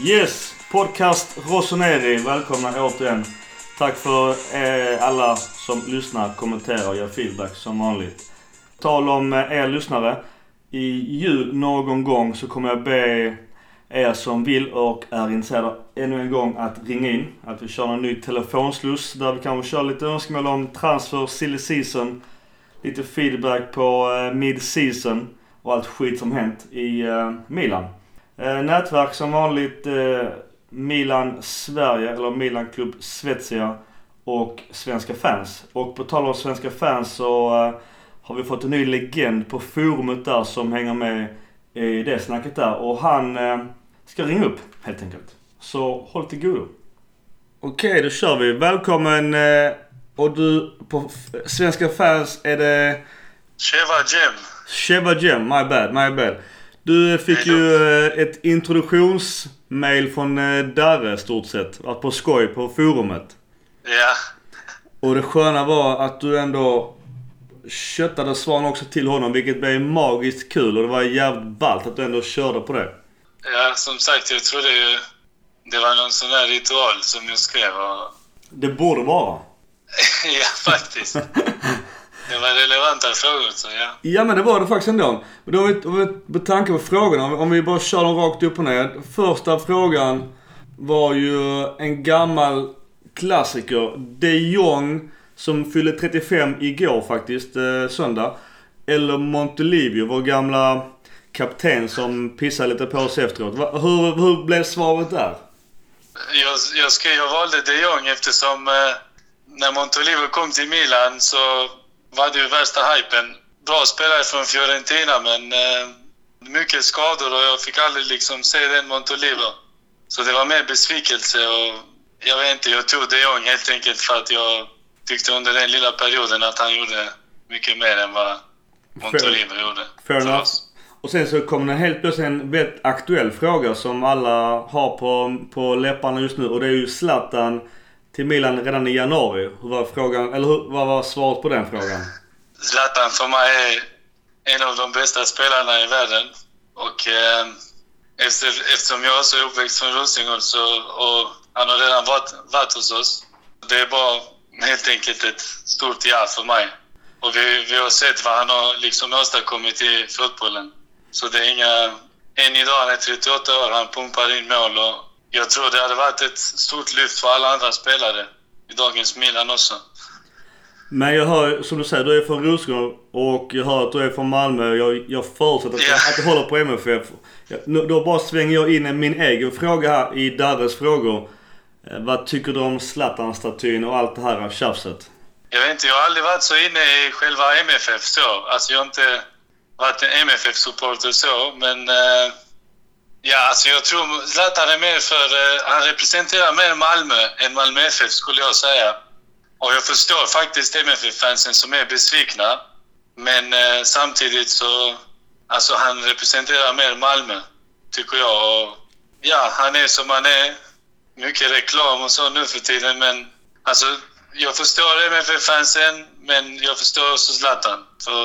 Yes, podcast Rossoneri. Välkomna återigen. Tack för alla som lyssnar, kommenterar och ger feedback som vanligt. Tal om er lyssnare. I jul någon gång så kommer jag be er som vill och är intresserade ännu en gång att ringa in. Att vi kör en ny telefonsluss där vi kanske kör lite önskemål om transfer, silly season. Lite feedback på mid-season och allt skit som hänt i Milan. Nätverk som vanligt Milan Sverige eller Milan Club Svezia och svenska fans. Och på tal om svenska fans så har vi fått en ny legend på forumet där som hänger med i det snacket där. Och han ska ringa upp helt enkelt. Så håll till godo. Okej, då kör vi. Välkommen. Och du på svenska fans är det... Sheva Jem, my bad. Du fick ju ett introduktionsmail från Darre stort sett. På skoj på forumet. Ja. Och det sköna var att du ändå köttade svan också till honom. Vilket blev magiskt kul. Och det var jävligt ballt att du ändå körde på det. Ja, som sagt, jag trodde ju det var någon sån där ritual som jag skrev. Och... Det borde vara. Ja, faktiskt. Det var relevanta frågor, så ja. Ja, men det var det faktiskt ändå. Och då har vi på tanke på frågorna. Om vi bara kör dem rakt upp och ner. Första frågan var ju en gammal klassiker. De Jong som fyllde 35 igår faktiskt, söndag. Eller Montolivio, vår gamla kapten som pissade lite på oss efteråt. Hur blev svaret där? Jag valde De Jong eftersom när Montolivio kom till Milan så var det ju värsta hypen. Bra spelare från Fiorentina, men mycket skador och jag fick aldrig liksom se den Montolivio. Så det var mer besvikelse och jag vet inte, jag tog De Jong helt enkelt för att jag tyckte under den lilla perioden att han gjorde mycket mer än vad Montolivio gjorde. Fair enough. Och sen så kommer det helt plötsligt en väldigt aktuell fråga som alla har på läpparna just nu. Och det är ju Zlatan till Milan redan i januari. Hur var frågan, eller vad var svaret på den frågan? Zlatan för mig är en av de bästa spelarna i världen. Och eftersom jag också är uppväxt från Rosengård och han har redan varit hos oss. Det är bara helt enkelt ett stort ja för mig. Och vi har sett vad han har liksom åstadkommit i fotbollen. Så det är än idag, han är 38 år, han pumpar in mål och jag tror det hade varit ett stort lyft för alla andra spelare i dagens Milan också. Men jag hör, som du säger, du är från Rosengård och jag hör att du är från Malmö. Jag förutsätter att du håller på MFF. Då bara svänger jag in min egen fråga här i Darres frågor. Vad tycker du om Zlatan-statyn och allt det här tjafset? Jag vet inte, jag har aldrig varit så inne i själva MFF så. Alltså jag har inte varit en MFF-supporter så, men... Ja, alltså jag tror Zlatan är mer för... han representerar mer Malmö än Malmö FF skulle jag säga. Och jag förstår faktiskt MFF-fansen som är besvikna. Men samtidigt så... Alltså han representerar mer Malmö, tycker jag. Och, ja, han är som han är. Mycket reklam och så nu för tiden. Men alltså, jag förstår MFF-fansen, men jag förstår också Zlatan.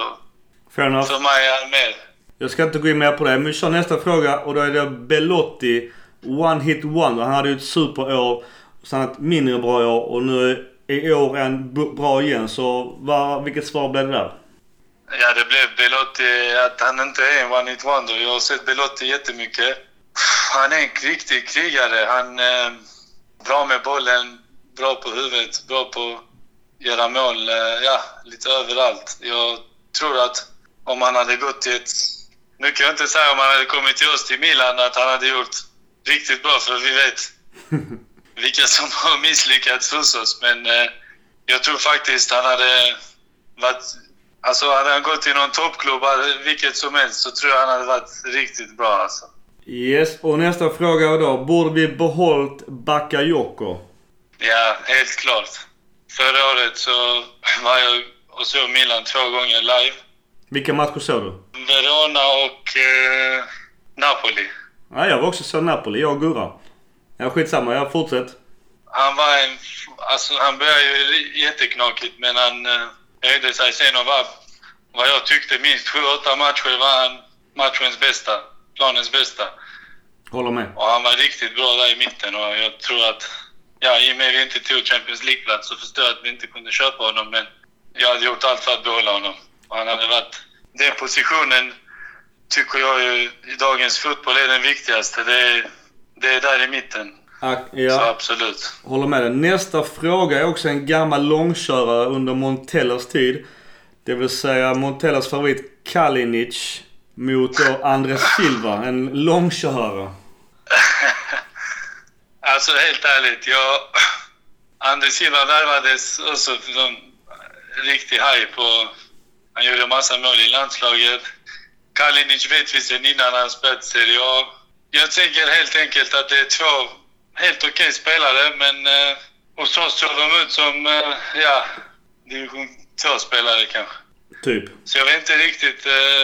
För mig är han mer... Jag ska inte gå in mer på det, men vi kör nästa fråga och då är det Belotti, one hit wonder. Han hade ju ett superår, sen ett mindre bra år och nu i år är han bra igen. Så vilket svar blev det där? Ja, det blev Belotti att han inte är en one hit wonder. Jag har sett Belotti jättemycket. Han är en riktig krigare. Han är bra med bollen, bra på huvudet, bra på att göra mål, ja, lite överallt. Jag tror att om han hade gått till ett... Nu kan jag inte säga om han hade kommit till oss till Milan att han hade gjort riktigt bra, för vi vet vilka som har misslyckats hos oss. Men jag tror faktiskt han hade varit... Alltså hade han gått till någon toppklubb, vilket som helst, så tror jag han hade varit riktigt bra alltså. Yes, och nästa fråga då. Borde vi behållit Bakayoko? Ja, helt klart. Förra året så var jag och såg Milan 2 gånger live. Vilka matcher såg du? Verona och Napoli. Ja, jag var också så Napoli, jag och Gurra. Ja, skitsamma, jag fortsätt. Han började ju jätteknakigt, men han höjde sig sen och var, vad jag tyckte, minst 7-8 matcher var han matchens bästa, planens bästa. Håller med. Och han var riktigt bra där i mitten och jag tror att, i och med att vi inte tog Champions League-plats så förstår jag att vi inte kunde köpa honom, men jag hade gjort allt för att behålla honom. Och han hade varit, den positionen tycker jag ju i dagens fotboll är den viktigaste. Det är där i mitten. Ja, så absolut. Håller med dig. Nästa fråga är också en gammal långkörare under Montellas tid. Det vill säga Montellas favorit Kalinic mot då Andres Silva, en långkörare. Alltså helt ärligt, Andres Silva värvades också för en riktig hype på. Han gjorde massa mål i landslaget. Kalinic vet vi sen innan han spelat Serie A. Jag tänker helt enkelt att det är två helt okej spelare, men hos oss såg de ut som division 2-spelare kanske. Typ. Så jag vet inte riktigt.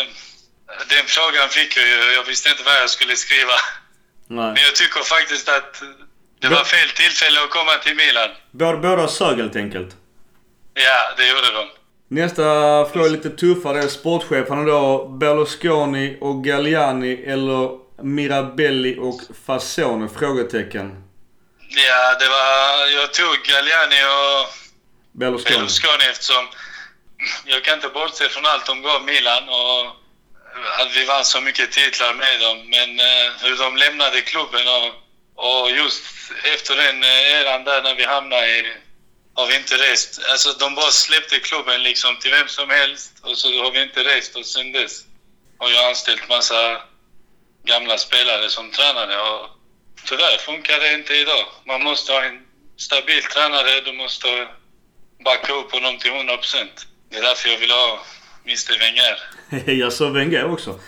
Den frågan fick jag ju. Jag visste inte vad jag skulle skriva. Nej. Men jag tycker faktiskt att det var fel tillfälle att komma till Milan. Båda sög helt enkelt. Ja, det gjorde de. Nästa fråga är lite tuffare. Det är sportcheferna då. Berlusconi och Galliani eller Mirabelli och Fasone? Frågetecken. Ja, jag tog Galliani och Berlusconi eftersom jag kan inte bortse från allt de gav Milan och att vi vann så mycket titlar med dem. Men hur de lämnade klubben och just efter den eran där när vi hamnade i, har vi inte rest. Alltså de bara släppte klubben liksom till vem som helst och så har vi inte rest, och sen dess har jag anställt massa gamla spelare som tränare och tyvärr funkar det inte idag. Man måste ha en stabil tränare, du måste backa upp honom till 100%. Det är därför jag vill ha Mr. Wenger. Jag sa Wenger också.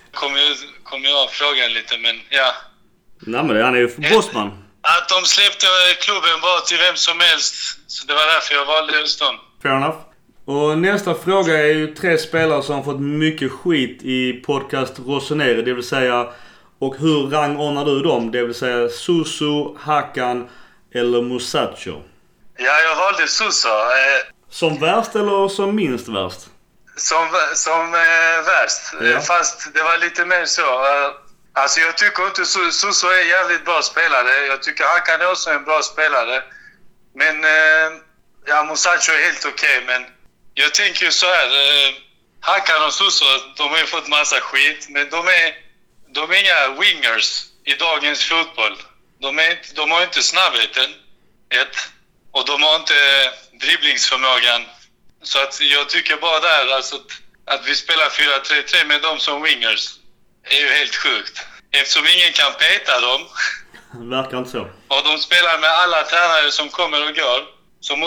Kommer jag fråga lite, men ja. Nej, men han är ju bossman. Att de släppte klubben bara till vem som helst. Så det var därför jag valde just dem. Fair enough. Och nästa fråga är ju 3 spelare som har fått mycket skit i podcast Rossoneri. Det vill säga, och hur rangordnar du dem? Det vill säga Suso, Hakan eller Musacho? Ja, jag valde Suso. Som värst eller som minst värst? Som värst. Ja. Fast det var lite mer så. Alltså jag tycker inte Suso är en jävligt bra spelare. Jag tycker Hakan är också en bra spelare. Men Musacho är helt okej. Men jag tänker så här. Hakan och Suso, de har ju fått massa skit. Men de är inga wingers i dagens fotboll. De har inte snabbheten. Och de har inte dribblingsförmågan. Så att jag tycker bara där, alltså att vi spelar 4-3-3 med dem som wingers är ju helt sjukt. Eftersom ingen kan peta dem. Verkar inte så. Och de spelar med alla tränare som kommer och går. Så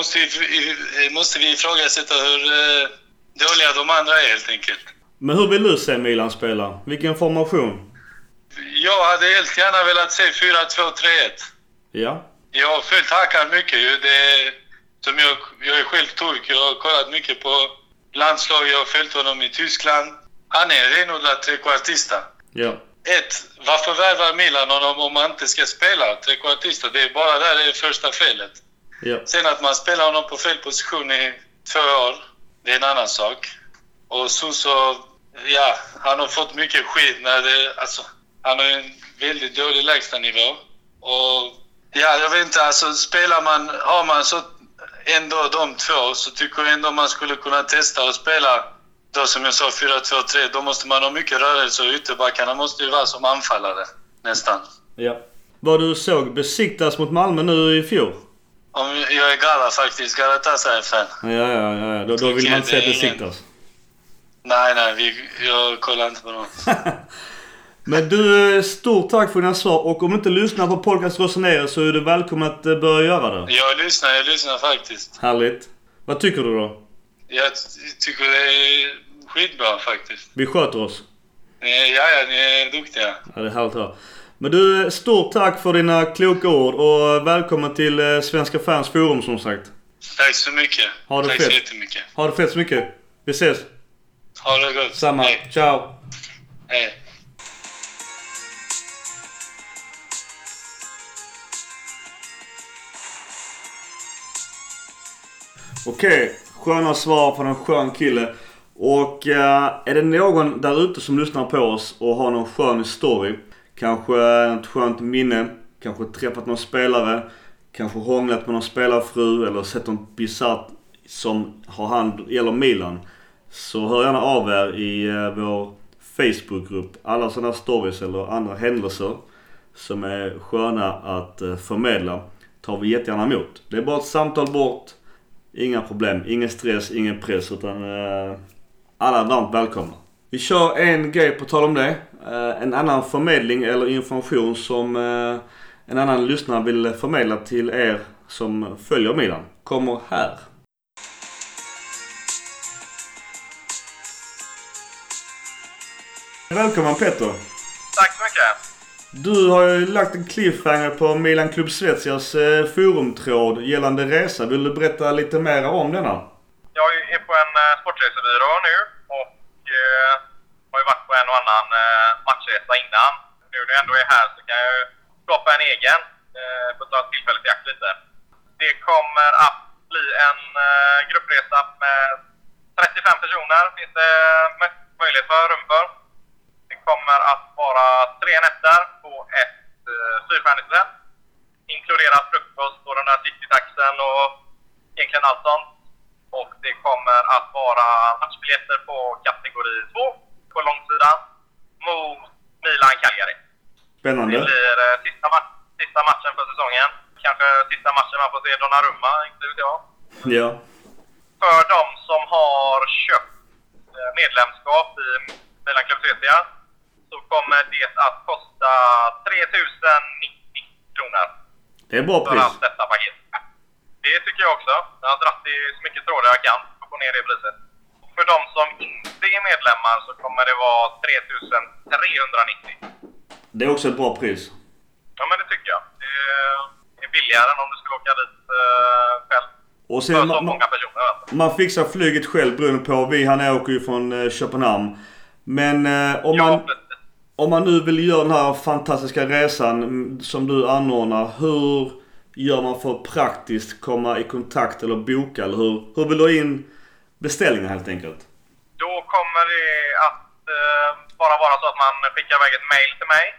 måste vi ifrågasätta hur dåliga de andra är helt enkelt. Men hur vill du se Milan spela? Vilken formation? Jag hade helt gärna velat se 4-2-3-1. Ja. Jag har följt Hakan mycket ju. Som jag är själv turk. Jag har kollat mycket på landslag. Jag har följt honom i Tyskland. Han är en renodlad trekvartista. Ja. Varför värvar Milan honom om man inte ska spela trekvartista? Det är bara där det är första felet. Ja. Sen att man spelar honom på fel position i 2 år, det är en annan sak. Och Suso, han har fått mycket skit han har en väldigt dålig lägstanivå. Och jag vet inte, alltså har man så ändå de två, så tycker jag ändå man skulle kunna testa och spela då som jag sa 4-2-3. Då måste man ha mycket rörelse och ytterbackarna måste ju vara som anfallare nästan. Ja. Vad du såg besiktas mot Malmö nu i fjol? Jag är Gala faktiskt, Galatasaray-fan. Ja. Då vill man inte se besiktas. Nej, jag kollar inte på dem. Men du, stort tack för dina svar. Och om du inte lyssnar på podcast Rossoneri så är du välkommen att börja göra det. Jag lyssnar faktiskt. Härligt. Vad tycker du då? Jag tycker det är skitbra faktiskt. Vi sköter oss. Ni är duktiga. Ja, det är härligt här. Men du, stort tack för dina kloka ord och välkommen till Svenska Fans Forum som sagt. Tack så mycket. Tack så jättemycket. Ha det fett så mycket. Vi ses. Ha det gott. Samma. Hej. Ciao. Hej. Okej, sköna svar från en skön kille. Och är det någon där ute som lyssnar på oss och har någon skön story, Kanske ett skönt minne. Kanske träffat någon spelare. Kanske hånglat med någon spelarfru. Eller sett något bizarrt som har hand eller Milan. Så hör gärna av er i vår Facebookgrupp. Alla sådana stories eller andra händelser som är sköna att förmedla tar vi jättegärna emot. Det är bara ett samtal bort. Inga problem, ingen stress, ingen press, utan alla är varmt välkomna. Vi kör en grej på tal om det. En annan förmedling eller information som en annan lyssnare vill förmedla till er som följer Milan kommer här. Välkommen Petter. Tack så mycket. Du har ju lagt en cliffhanger på Milan Club Svetsias forumtråd gällande resa. Vill du berätta lite mer om denna? Jag är på en sportresebyrå nu och har ju varit på en och annan matchresa innan. Nu när jag ändå är här så kan jag skapa en egen för att ta tillfället i akt lite. Det kommer att bli en gruppresa med 35 personer. Finns det möjlighet för rum för. Det kommer att vara 3 nätter på ett 4-stjärnigt hotell. Inkluderat frukost och den här citytaxen och egentligen allt sånt. Och det kommer att vara matchbiljetter på kategori 2 på långsidan mot Milan Cagliari. Spännande. Det blir sista matchen för säsongen. Kanske sista matchen man får se Donnarumma, inte vet jag. Ja. För de som har köpt medlemskap i Milan Club Svetia så kommer det att kosta 3090 kronor. Det är bra pris. För allt detta paket. Det tycker jag också. Jag har dratt i så mycket trådar jag kan för att få ner det priset. För de som inte är medlemmar så kommer det vara 3390. Det är också ett bra pris. Ja, men det tycker jag. Det är billigare än om du skulle åka dit själv. Och sen för så många personer. Alltså. Man fixar flyget själv beroende på. Han åker ju från Köpenhamn. Men om man nu vill göra den här fantastiska resan som du anordnar, hur gör man för att praktiskt komma i kontakt eller boka? Eller hur vill du ha in beställningar helt enkelt? Då kommer det att bara vara så att man skickar iväg ett mail till mig.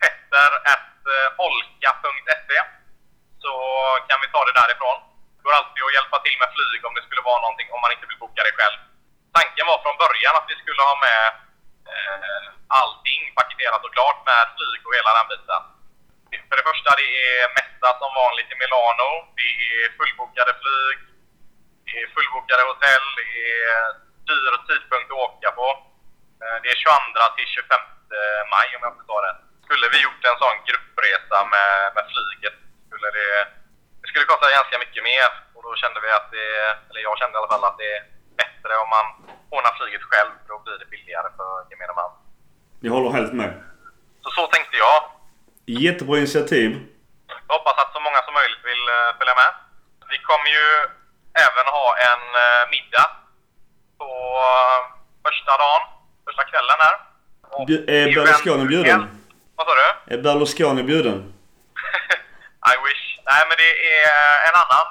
petter@olka.se. Så kan vi ta det därifrån. Det går alltid att hjälpa till med flyg om det skulle vara någonting, om man inte vill boka det själv. Tanken var från början att vi skulle ha med allting paketerat och klart med flyg och hela den biten. För det första, det är mässa som vanligt i Milano. Det är fullbokade flyg. Det är fullbokade hotell. Det är dyr tidpunkt att åka på. Det är 22 till 25 maj om jag förstår det. Skulle vi gjort en sån gruppresa med flyget det skulle kosta ganska mycket mer. Och då kände vi att jag kände i alla fall att det är bättre om man ordnar flyget själv. Då blir det billigare för gemene man. Jag håller helt med. Så tänkte jag. Jättebra initiativ. Jag hoppas att så många som möjligt vill följa med. Vi kommer ju även ha en middag på första kvällen här. Är Berlusconi bjuden? Vad sa du? Är Berlusconi bjuden? I wish. Nej, men det är en annan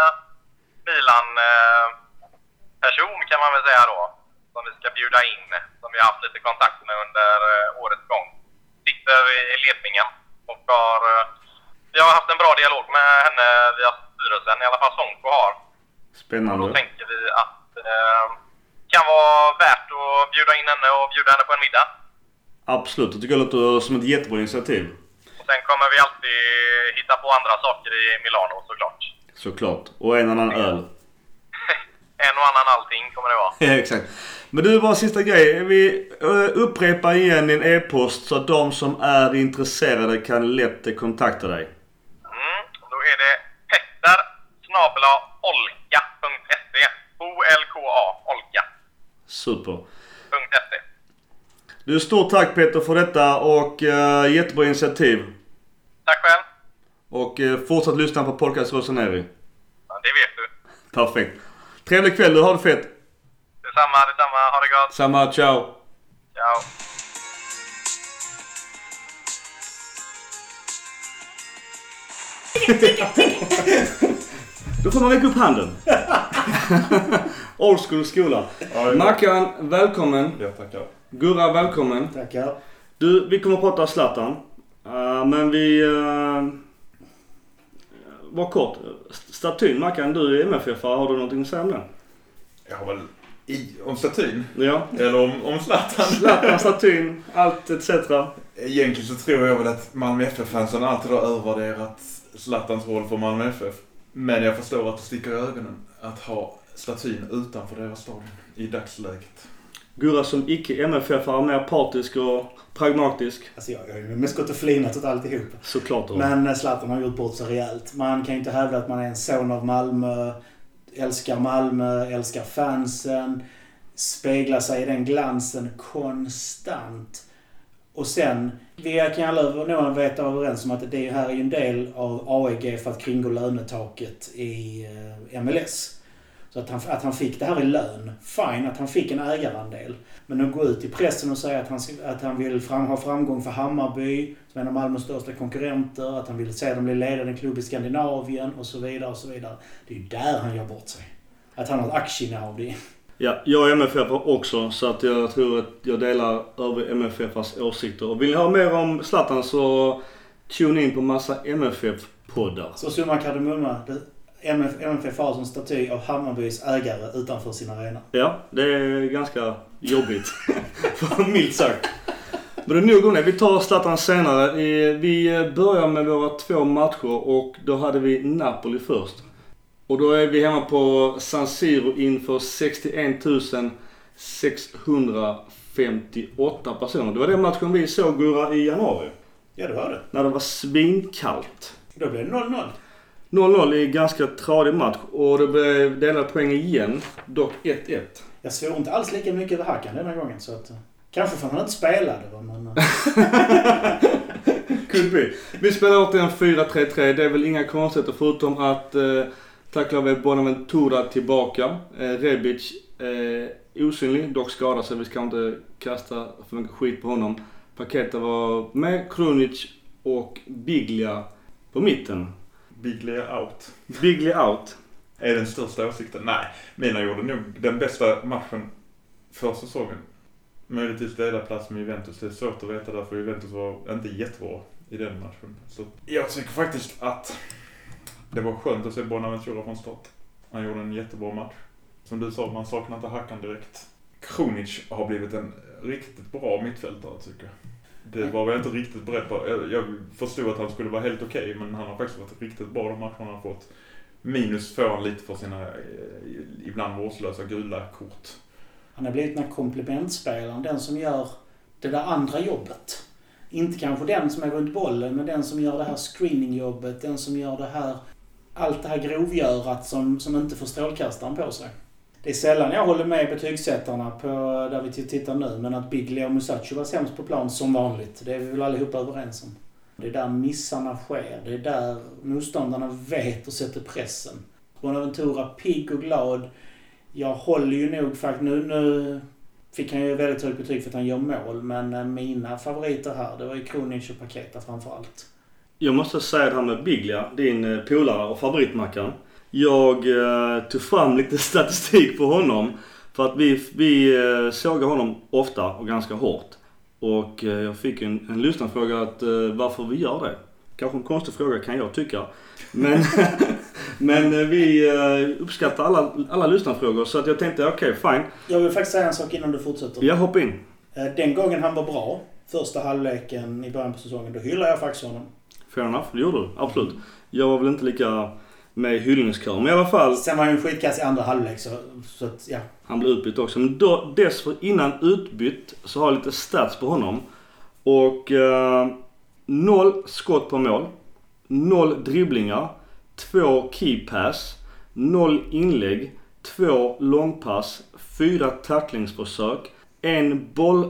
Milan-person kan man väl säga då. Som vi ska bjuda in. Som vi har haft lite kontakt med under årets gång. Sitter i ledningen. Och vi har haft en bra dialog med henne via styrelsen. I alla fall Sonko har. Spännande. Och då tänker vi att det kan vara värt att bjuda in henne och bjuda henne på en middag. Absolut, jag tycker det låter som ett jättebra initiativ. Och sen kommer vi alltid hitta på andra saker i Milano såklart. Såklart, och en annan öl. En och annan allting kommer det vara. Ja, exakt. Men du, bara sista grej. Vi upprepar igen din e-post så att de som är intresserade kan lätt kontakta dig. Då är det petter@olka.se. OLKA, Olka. Super. .se. Du, stort tack Peter för detta och jättebra initiativ. Tack själv. Och fortsätt lyssna på Podcast Rossoneri. Ja, det vet du. Perfekt. Trevlig kväll, du har det fett. Detsamma. Ha det gott. Samma, ciao. Ciao. Då får man räcka upp handen. Old school skola. Mackan, välkommen. Ja, tackar. Gurra, välkommen. Tackar. Du, vi kommer att prata Zlatan. Ja, men vi... var kort. Statyn, Mackan, du är MFF. Har du någonting att säga om det? Jag har väl om statyn? Ja. Eller om Zlatan? Zlatan, statyn, allt etc. Egentligen så tror jag väl att Malmö FF-fansen alltid har övervärderat Zlatans roll för Malmö FF. Men jag förstår att det sticker i ögonen att ha statyn utanför deras stadion i dagsläget. Gurra som icke MFF är mer partisk och pragmatisk. Alltså jag har ju mest gått och flinat åt alltihop. Såklart. Men Zlatan har gjort bort sig rejält. Man kan ju inte hävda att man är en son av Malmö, älskar fansen, speglar sig i den glansen konstant. Och sen, vi kan alla nog veta överens om att det här är en del av AEG för att kringgå lönetaket i MLS. Så att han fick det här i lön. Fine att han fick en ägarandel. Men att gå ut i pressen och säga att han vill ha framgång för Hammarby, som är en av Malmös största konkurrenter. Att han vill se dem bli ledande klubb i Skandinavien och så vidare och så vidare. Det är ju där han gör bort sig. Att han har ett aktieinnehav det. Ja, jag är MFF också, så att jag tror att jag delar över MFFs åsikter. Och vill ni ha mer om Zlatan så tune in på massa MFF-poddar. Så summa kardemumma. MFF har som staty av Hammarbys ägare utanför sin arena. Ja, det är ganska jobbigt. Milt sagt. Men det är nog om det. Vi tar Zlatan senare. Vi börjar med våra 2 matcher och då hade vi Napoli först. Och då är vi hemma på San Siro inför 61 658 personer. Det var den matchen vi såg Gurra i januari. Ja, det var det. När det var svinkallt. Då blev det 0-0. 0-0 i ganska tradig match och det blev delade poäng igen, dock 1-1. Jag svor inte alls lika mycket över Hakan den här gången, så att kanske för att han inte spelade. Men... Could be. Vi spelar åt en 4-3-3. Det är väl inga konstigheter förutom att tacklar vi Bonaventura tillbaka. Rebic osynlig, dock skadad så vi ska inte kasta för mycket skit på honom. Paqueta var med, Krunic och Biglia på mitten. Biglia out. Biglia out. Är den största åsikten? Nej, Mina gjorde nog den bästa matchen för säsongen. Möjligtvis dela plats med Juventus. Det är svårt att veta därför Juventus var inte jättebra i den matchen. Så jag tycker faktiskt att det var skönt att se Bonaventura från start. Han gjorde en jättebra match. Som du sa, man saknar inte Hakan direkt. Krunic har blivit en riktigt bra mittfältare tycker jag. Det var jag inte riktigt beredd på. Jag förstod att han skulle vara helt okej, men han har faktiskt varit riktigt bra de matcherna han har fått. Minus får han lite för sina ibland vårdslösa gula kort. Han har blivit den här komplementspelaren, den som gör det där andra jobbet. Inte kanske den som är runt bollen, men den som gör det här screeningjobbet, den som gör det här, allt det här grovgörat som inte får strålkastaren på sig. Det är sällan jag håller med betygsättarna på där vi tittar nu, men att Biglia och Musacho var sämst på plan som vanligt. Det är vi väl allihopa överens om. Det är där missarna sker. Det är där motståndarna vet och sätter pressen. Bonaventura pigg och glad. Jag håller ju nog faktiskt nu fick han ju väldigt högt betyg för att han gör mål, men mina favoriter här, det var ju Krunic och Paqueta framförallt. Jag måste säga det här med Biglia, din polare och favoritmackan. Jag tog fram lite statistik på honom för att vi sågar honom ofta och ganska hårt. Och jag fick en lyssnarfråga att varför vi gör det. Kanske en konstig fråga kan jag tycka. Men vi uppskattar alla lyssnarfrågor så att jag tänkte okej, fine. Jag vill faktiskt säga en sak innan du fortsätter. Jag hoppar in. Den gången han var bra, första halvleken i början på säsongen, då hyllar jag faktiskt honom. Fair enough, det gjorde du. Absolut. Jag var väl inte lika med hyllningskör, men i alla fall... Sen var han ju skitkass i andra halvlek, så att, ja. Han blev utbytt också. Men dessförinnan utbytt så har jag lite stats på honom. Och 0 skott på mål, 0 dribblingar, 2 keypass, 0 inlägg, 2 långpass, 4 tacklingsförsök, 1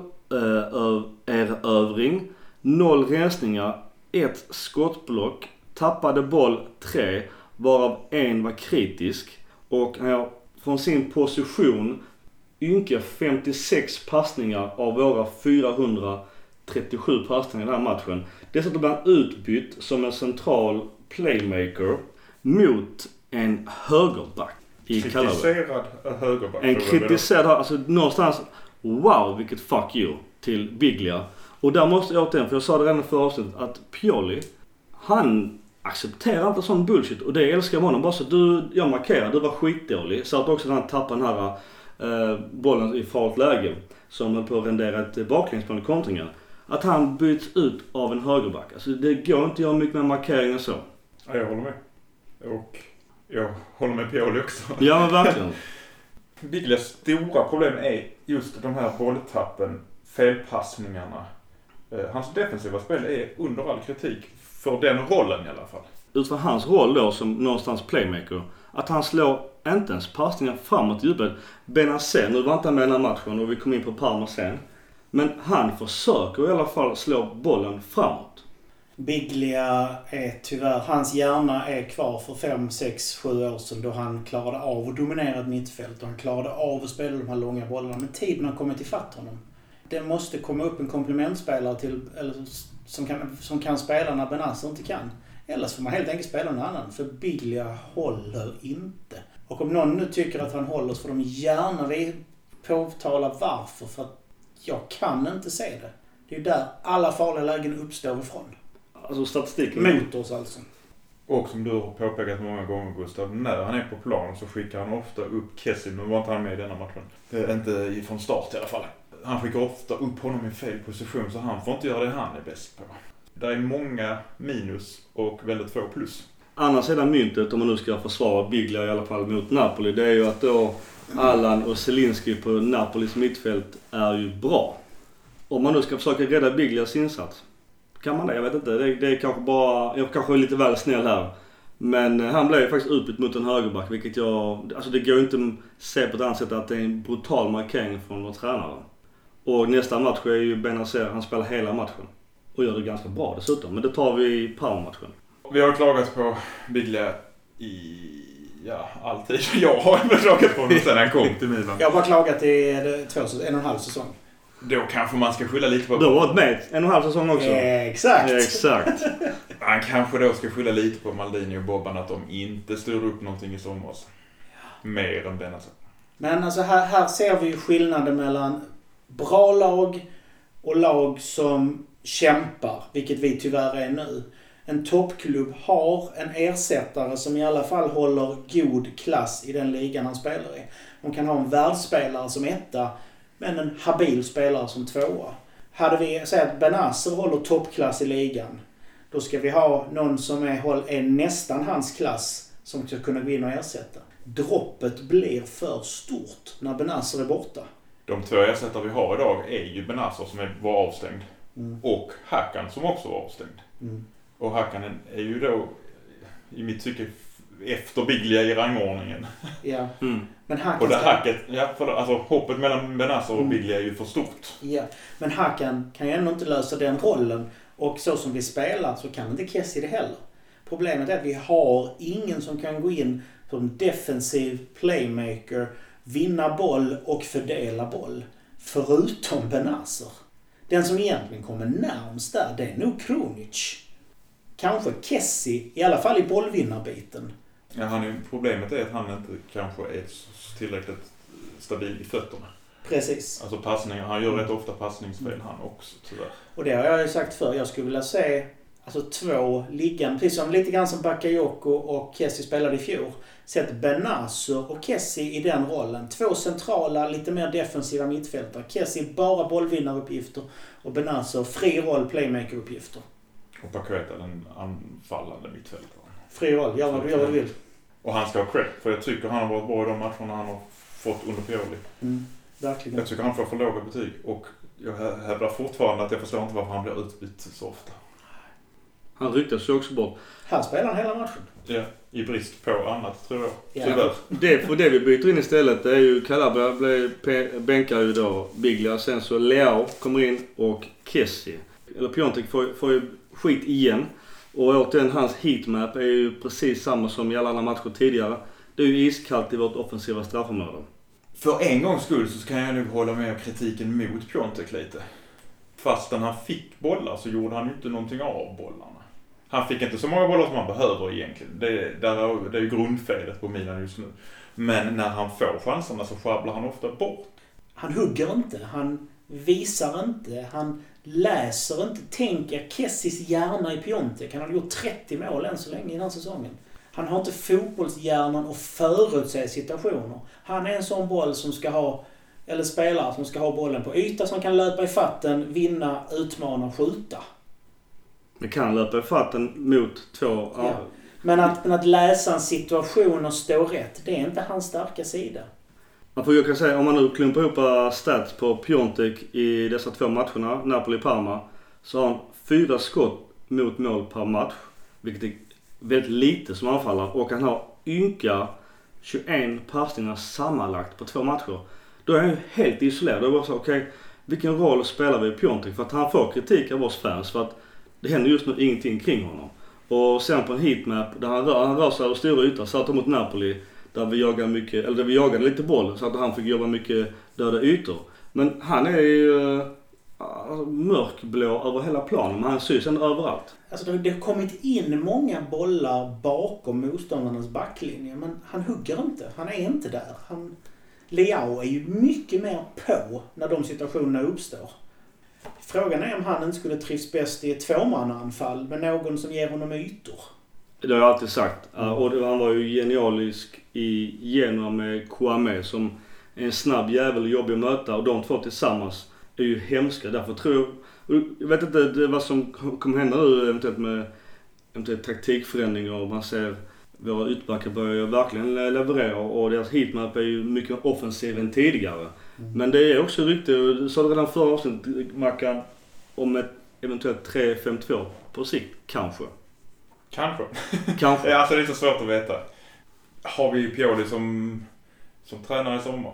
bollövring, 0 rensningar, 1 skottblock, tappade boll 3, varav 1 var kritisk. Och han har från sin position ynka 56 passningar av våra 437 passningar i den här matchen. Dessutom blev han utbytt som en central playmaker mot en högerback i Calabria. Kritiserad högerback. En kritiserad, alltså någonstans, wow vilket fuck you till Biglia. Och där måste jag återigen, för jag sa det redan för avsnittet, att Pioli, han accepterar inte sån bullshit. Och det älskar honom. Bara så att jag markerar, du var skitdålig. Så att också han tappar den här bollen i farligt läge. Som höll på att rendera ett baklängsplan i kontringar. Att han byts ut av en högerback. Alltså det går inte att göra mycket med markeringen så. Ja, jag håller med. Och jag håller med Pioli också. Ja, men verkligen. Biglias stora problem är just de här bolltappen, felpassningarna. Hans defensiva spel är under all kritik för den rollen i alla fall. Utifrån hans roll då som någonstans playmaker, att han slår inte ens passningar framåt i djupet. Benacer, nu var inte med den här matchen och vi kom in på Parma sen. Men han försöker i alla fall slå bollen framåt. Biglia är tyvärr, hans hjärna är kvar för 5, 6, 7 år sedan då han klarade av att dominera ett mittfält och han klarade av att spela de här långa bollarna. Men tiden har kommit ifatt honom. Det måste komma upp en komplementspelare till, eller som kan spela när Benacer inte kan. Eller så får man helt enkelt spela någon annan, för Biglia håller inte. Och om någon nu tycker att han håller så får de gärna påtala varför, för att jag kan inte se det. Det är ju där alla farliga lägen uppstår ifrån. Alltså statistiken. Mot oss alltså. Och som du har påpekat många gånger, Gustav, när han är på plan så skickar han ofta upp Kessie. Nu var inte han med i denna matchen. Inte från start i alla fall. Han skickar ofta upp honom i fel position, så han får inte göra det han är bäst på. Det är många minus och väldigt få plus. Andra sidan myntet, om man nu ska försvara Biglia i alla fall mot Napoli, det är ju att då Allan och Zielinski på Napolis mittfält är ju bra. Om man nu ska försöka rädda Biglias insats, kan man det? Jag vet inte. Det är kanske bara, jag kanske är lite väl snäll här. Men han blev ju faktiskt utbytt mot en högerback, vilket alltså det går inte att se på ett annat sätt att det är en brutal markering från vår tränare. Och nästa match är ju Benacer, han spelar hela matchen. Och gör det ganska bra dessutom. Men det tar vi i Parma-matchen. Vi har klagat på Biglia alltid. Jag har inte klagat på honom sedan han kom till Milan. Jag har bara klagat i 1,5 säsong. Då kanske man ska skylla lite på... Du har varit med 1,5 säsong också. Exakt. Han kanske då ska skylla lite på Maldini och Bobban att de inte styrde upp någonting i somras. Mer än Benacer. Men alltså här ser vi ju skillnaden mellan bra lag och lag som kämpar, vilket vi tyvärr är nu. En toppklubb har en ersättare som i alla fall håller god klass i den ligan han spelar i. De kan ha en världsspelare som etta, men en habil spelare som tvåa. Hade vi sagt att Benacer håller toppklass i ligan, då ska vi ha någon som är nästan hans klass som ska kunna gå in och ersätta. Droppet blir för stort när Benacer är borta. De två ersättare vi har idag är ju Benacer som var avstängd och Hakan som också var avstängd. Och Hakan är ju då i mitt tycke efter Biglia i rangordningen. Ja. Men Hakan och det hacket, alltså hoppet mellan Benacer och Biglia är ju för stort. Ja, men Hakan kan ju ändå inte lösa den rollen, och så som vi spelar så kan inte Kessie det heller. Problemet är att vi har ingen som kan gå in som defensiv playmaker, vinna boll och fördela boll, förutom Benacer. Den som egentligen kommer närmast där, det är nog Krunic. Kanske Kessie, i alla fall i bollvinnarbiten. Ja, problemet är att han inte kanske är tillräckligt stabil i fötterna. Precis. Alltså passningar, han gör rätt ofta passningsfel han också, tyvärr. Och det har jag ju sagt förr, jag skulle vilja se alltså 2 liggande, precis som lite grann som Bakayoko och Kessie spelade i fjol. Sätt Benacer och Kessie i den rollen. 2 centrala, lite mer defensiva mittfältare. Kessie bara bollvinnaruppgifter och Benacer fri roll, playmakeruppgifter. Och Paqueta den anfallande mittfältaren. Fri roll, gör vad du vill. Och han ska ha cred, för jag tycker han har varit bra i de matcherna han har fått under Pioli. Verkligen. Jag tycker han får för låga betyg, och jag hävdar fortfarande att jag förstår inte varför han blir utbytt så ofta. Han ryktas ju också bort. Han spelar hela matchen. Ja, i brist på annat tror jag. Ja. Det vi byter in istället, det är ju Calabria bänkar ju då Biglia, sen så Leao kommer in och Kessie. Eller Piontek får ju skit igen. Och återigen, hans heatmap är ju precis samma som i alla andra matcher tidigare. Det är ju iskallt i vårt offensiva straffområde. För en gångs skull så kan jag nu hålla med kritiken mot Piontek lite. Fastän han fick bollar så gjorde han ju inte någonting av bollarna. Han fick inte så många bollar som han behöver egentligen. Det är ju grundfelet på Milan just nu. Men när han får chanserna så sjabblar han ofta bort. Han hugger inte. visar inte, han läser inte, tänker Kessis hjärna i Piontek. Han har gjort 30 mål än så länge i den här säsongen. Han har inte fotbollshjärnan och förutse situationer. Han är en sån boll som ska ha, eller spelare som ska ha bollen på yta som kan löpa i fatten, vinna, utmana, skjuta. Det kan löpa i fatten mot 2... Ja. Men att läsa en situation och stå rätt, det är inte hans starka sida. Jag kan säga, om man nu klumpar ihop stats på Piontek i dessa 2 matcherna, Napoli-Parma, så har han 4 skott mot mål per match, vilket är väldigt lite som anfallare. Och han har ynka 21 passningar sammanlagt på 2 matcher. Då är han ju helt isolerad. Då är det bara så, okej, vilken roll spelar vi i Piontek? För att han får kritik av oss fans för att det händer just nu ingenting kring honom. Och sen på en heatmap där han rör sig över stora ytor, så att mot Napoli, där vi jagar mycket, eller där vi jagade lite boll, så att han fick jobba mycket döda ytor. Men han är ju mörkblå över hela planen, men han syns ändå överallt. Alltså det har kommit in många bollar bakom motståndarnas backlinje, men han hugger inte. Han är inte där. Leao är ju mycket mer på när de situationerna uppstår. Frågan är om han inte skulle trivs bäst i ett 2-mannaanfall med någon som ger honom ytor. Det har jag alltid sagt. Och han var ju genialisk i Genoa med Kouame som är en snabb jävel och jobbig att möta. Och de 2 tillsammans är ju hemska. Därför tror jag vet inte vad som kommer hända nu eventuellt med taktikförändringar. Och man ser våra utbackar börjar verkligen leverera. Och deras heatmap är ju mycket offensiv än tidigare. Men det är också riktigt, du sa det redan förra avsnittet, Mackan, om ett eventuellt 3-5-2 på sikt, kanske. Kanske. Kanske. Ja, alltså det är så svårt att veta. Har vi Pioli som tränare i sommar?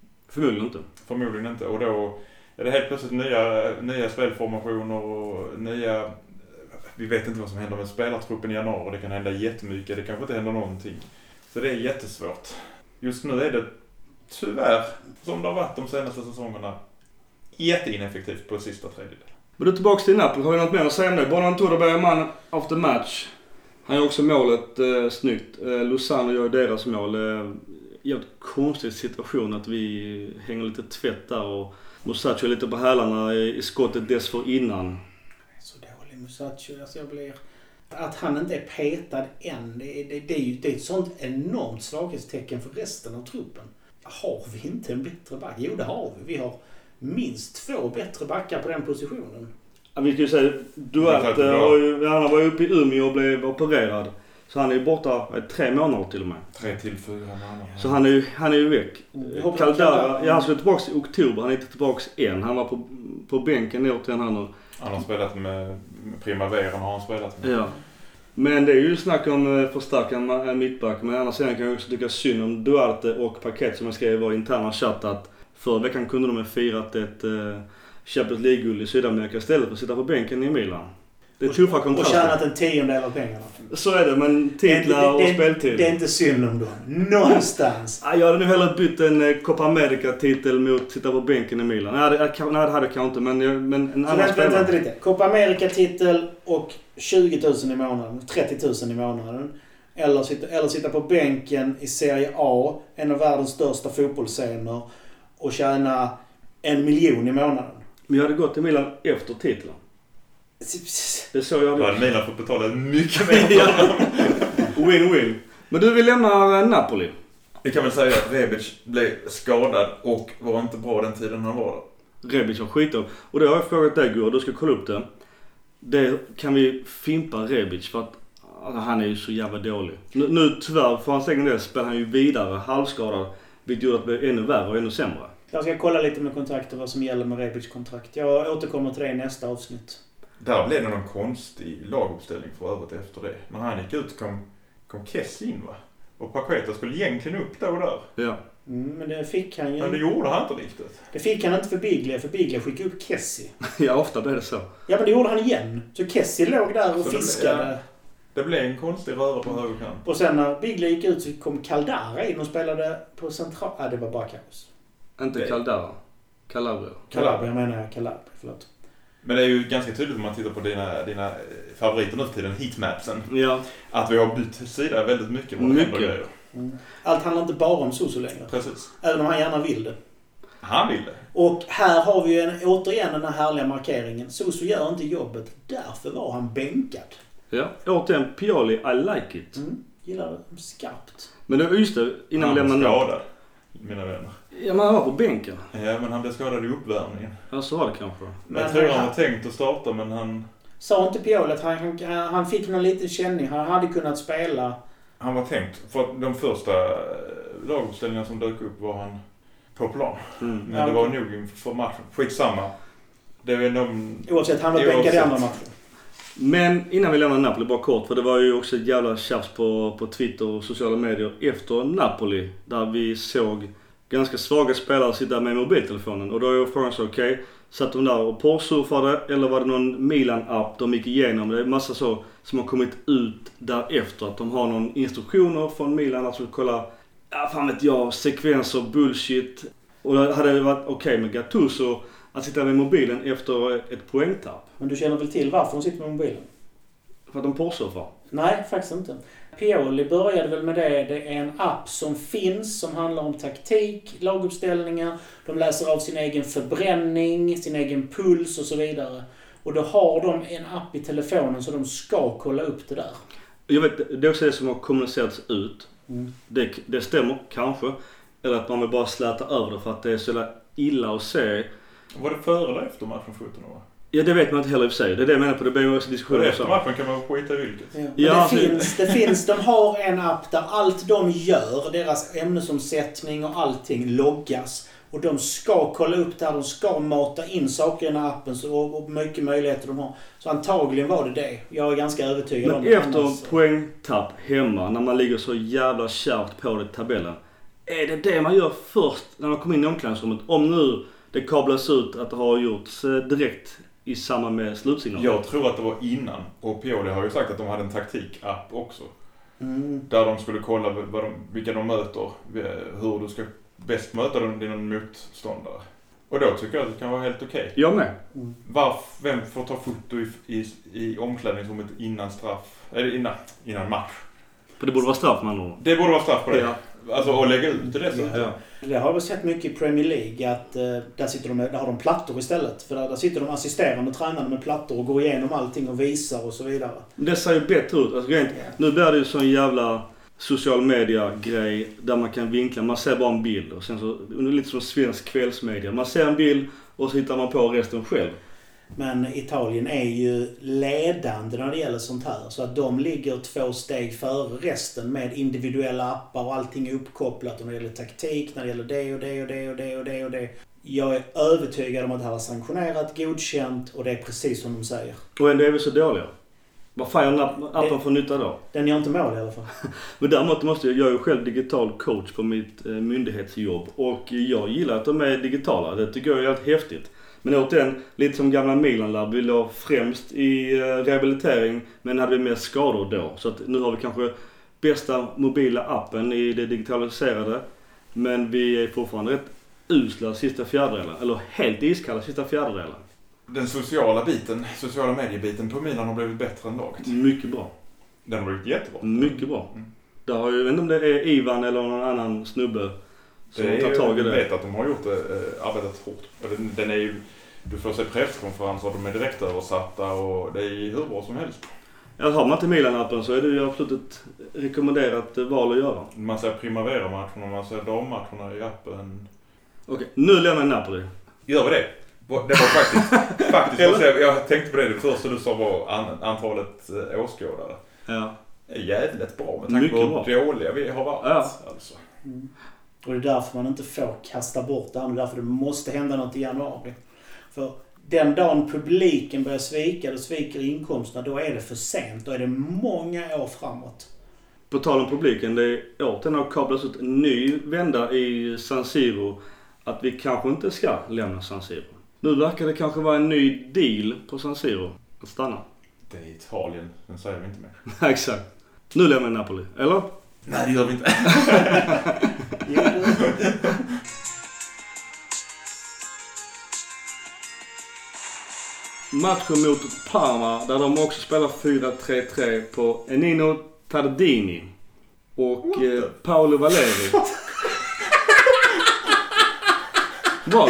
Förmodligen inte. Och då är det helt plötsligt nya spelformationer och nya... Vi vet inte vad som händer med spelartruppen i januari. Det kan hända jättemycket. Det kanske inte händer någonting. Så det är jättesvårt. Just nu är det tyvärr, som det har varit de senaste säsongerna, jätteineffektivt på sista tredjedel. Men du tillbaka till Napoli, har vi något mer att säga om det? Bonaventura börjar man after match. Han gör också målet snyggt. Lozano gör deras mål. Jävligt konstig situation att vi hänger lite tvätt där och Musacho är lite på hälarna i skottet dessförinnan. Så dålig Musacho, alltså jag blir... Att han inte är petad än, det är ju ett sånt enormt svaghetstecken för resten av truppen. Har vi inte en bättre back? Jo, det har vi. Vi har minst 2 bättre backar på den positionen. Ja, vi kan ju säga, Duarte han var uppe i Umeå och blev opererad. Så han är ju borta 3 månader till och med. 3 till 4 månader. Så han är ju väck. Caldara, han skulle tillbaka i oktober, han är inte tillbaka än. Han var på bänken återigen här nu. Han har spelat med Primaveran, har han spelat med. Ja. Men det är ju snack om förstärka mittback. Men annars kan jag också tycka synd om Duarte och Paquet som jag skrev i vår interna chatt att förra veckan kunde de ha firat ett Champions League-guld i Sydamerika istället för att sitta på bänken i Milan. Det är tuffa kontraster. Och tjänat en 10% av pengarna. Så är det, men titlar och speltid. Det är inte synd om dem. Någonstans. Jag hade nu hellre bytt en Copa America-titel mot att sitta på bänken i Milan. Nej, det hade jag inte, men en annan spelare. Vänta lite. Copa America-titel och 20 000 i månaden, 30 000 i månaden. Eller sitta på bänken i Serie A, en av världens största fotbollsscener, och tjäna 1 miljon i månaden. Men jag hade gått till Milan efter titeln. Det så jag. Då hade Milan fått betala mycket mer. Win-win. Men du vill lämna Napoli? Vi kan väl säga att Rebic blev skadad och var inte bra den tiden han var där. Rebic var skitdålig. Och det har jag frågat dig, Gurra, du ska kolla upp det. Det kan vi fimpa Rebic för att han är ju så jävla dålig. Nu tyvärr för hans egen del spelar han ju vidare halvskadad. Vilket gör att det blir ännu värre och ännu sämre. Jag ska kolla lite med kontrakt och vad som gäller med Rebic kontrakt. Jag återkommer till det i nästa avsnitt. Där blev det någon konstig laguppställning för övrigt efter det. När han gick ut kom Kessie in, va? Och Paqueta skulle egentligen upp där och där. Ja. Men det fick han ju... Men det gjorde han inte riktigt. Det fick han inte för Biglia skickade upp Kessie. Ja, ofta blev det så. Ja, men det gjorde han igen. Så Kessie låg där och så fiskade. Det blev en konstig röra på högerkant. Och sen när Biglia gick ut så kom Caldara in och spelade på central... det var bara kaos. Inte Caldara. Calabria menar jag. Calabria, förlåt. Men det är ju ganska tydligt om man tittar på dina favoriter nu för tiden, heatmapsen. Ja. Att vi har bytt sida väldigt mycket. Allt handlar inte bara om Soso längre. Precis. Även om han gärna vill det. Han ville. Och här har vi ju återigen den här härliga markeringen. Suso gör inte jobbet, därför var han bänkad. Ja, återigen Pioli, I like it. Gillar det skarpt. Men det är just det, innan vi lämnar skadad, mina vänner. Ja, man var på bänken. Ja, men han blev skadad i uppvärmningen. Ja, så var det kanske. Men jag tror han var tänkt att starta, men han... Sa inte Pioli att han fick någon liten känning. Han hade kunnat spela. Han var tänkt. För de första laguppställningarna som dök upp var han på plan. Men det var nog inför matchen. Skitsamma. Det är Oavsett, han var bänkad i andra matchen. Men innan vi lämnar Napoli, bara kort, för det var ju också ett jävla tjafs på Twitter och sociala medier efter Napoli, där vi såg ganska svaga spelare sitta med mobiltelefonen. Och då är frågan så, okej, satt de där och porrsurfade, eller var det någon Milan-app de gick igenom? Det är massa så som har kommit ut därefter, att de har någon instruktioner från Milan, alltså kolla, fan vet jag, sekvenser, bullshit. Och det hade varit okej med Gattuso att sitta med mobilen efter ett poängtapp. Men du känner väl till varför de sitter med mobilen? För att de porrsurfar? Nej, faktiskt inte. Pioli började väl med det. Det är en app som finns som handlar om taktik, laguppställningar. De läser av sin egen förbränning, sin egen puls och så vidare. Och då har de en app i telefonen så de ska kolla upp det där. Jag vet, det är också det som har kommunicerats ut. Det stämmer kanske. Eller att man vill bara släta över det för att det är så illa att se. Var det före eller efter matchen 17 år? Ja, det vet man inte heller i och för sig. Det är det jag menar på, det blir ju också diskussioner. Efter matchen kan man skita i vilket. Ja, det finns, de har en app där allt de gör, deras ämnesomsättning och allting loggas. Och de ska kolla upp där, de ska mata in saker i den här appen och mycket möjligheter de har. Så antagligen var det. Jag är ganska övertygad om det. Men efter poängtapp hemma, när man ligger så jävla kärvt på det i tabellen. Är det man gör först när man kommer in i omklädningsrummet? Om nu det kablas ut att det har gjorts direkt i samband med slutsignalen. Jag tror att det var innan. Och Pioli har ju sagt att de hade en taktikapp också. Där de skulle kolla vilka de möter. Hur du ska bäst möta dina motståndare. Och då tycker jag att det kan vara helt okej. Jag med. Vem får ta foto i omklädningsrummet innan straff? Eller innan match? För det borde vara straff man då. Det borde vara straff på det. Ja. Alltså att lägga ut det så. Ja. Det har vi sett mycket i Premier League att där har de plattor istället. För där sitter de assisterande tränarna med plattor och går igenom allting och visar och så vidare. Det ser ju bättre ut. Alltså, nu blir det ju sån jävla social media-grej där man kan vinkla. Man ser bara en bild och sen så, lite som svensk kvällsmedia. Man ser en bild och så hittar man på resten själv. Men Italien är ju ledande när det gäller sånt här. Så att de ligger 2 steg före resten med individuella appar och allting är uppkopplat. Och när det gäller taktik, när det gäller det och det och det och det och det och det. Jag är övertygad om att det här är sanktionerat, godkänt och det är precis som de säger. Och ändå är vi så dåliga. Vad fan gör appen för nytta då? Den gör inte mål i alla fall. Men däremot måste jag är ju själv digital coach på mitt myndighetsjobb. Och jag gillar att de är digitala. Det tycker jag är helt häftigt. Men återigen, lite som gamla Milan-labb, vi låg främst i rehabilitering men hade vi mer skador då. Så att nu har vi kanske bästa mobila appen i det digitaliserade. Men vi är fortfarande rätt usla sista fjärdedelen. Eller helt iskalla sista fjärdedelen. Den sociala mediebiten på Milan har blivit bättre än laget. Mycket bra. Den har blivit jättebra. Mycket bra. Där har ju, jag vet inte om det är Ivan eller någon annan snubbe som tar tag i det. Jag vet att de har gjort arbetat hårt. Den är ju, du får se presskonferenser, de är direkt översatta och det är hur bra som helst. Ja, har man inte Milan-appen så är det ju absolut ett rekommenderat val att göra. Man ser Primavera-matcherna och man ser dammatcherna i appen. Okej, nu lämnar Napoli. Gör vi det? Det var faktiskt jag tänkte på det första du sa var antalet åskådare. Ja. Det är jävligt bra med tanke på hur dåliga vi har varit. Ja. Alltså. Och det är därför man inte får kasta bort det här. Det är därför det måste hända något i januari. För den dagen publiken börjar svika och sviker inkomsterna, då är det för sent. Då är det många år framåt. På tal om publiken, det är återigen har kablats ut en ny vända i San Siro att vi kanske inte ska lämna San Siro. Nu verkar det kanske vara en ny deal på San Siro att stanna. Det är Italien, den säger vi inte mer. Exakt. Nu lämnar vi Napoli, eller? Nej, det gör vi inte. Matchen mot Parma där de också spelar 4-3-3 på Ennio Tardini och Paolo Valeri. Bra.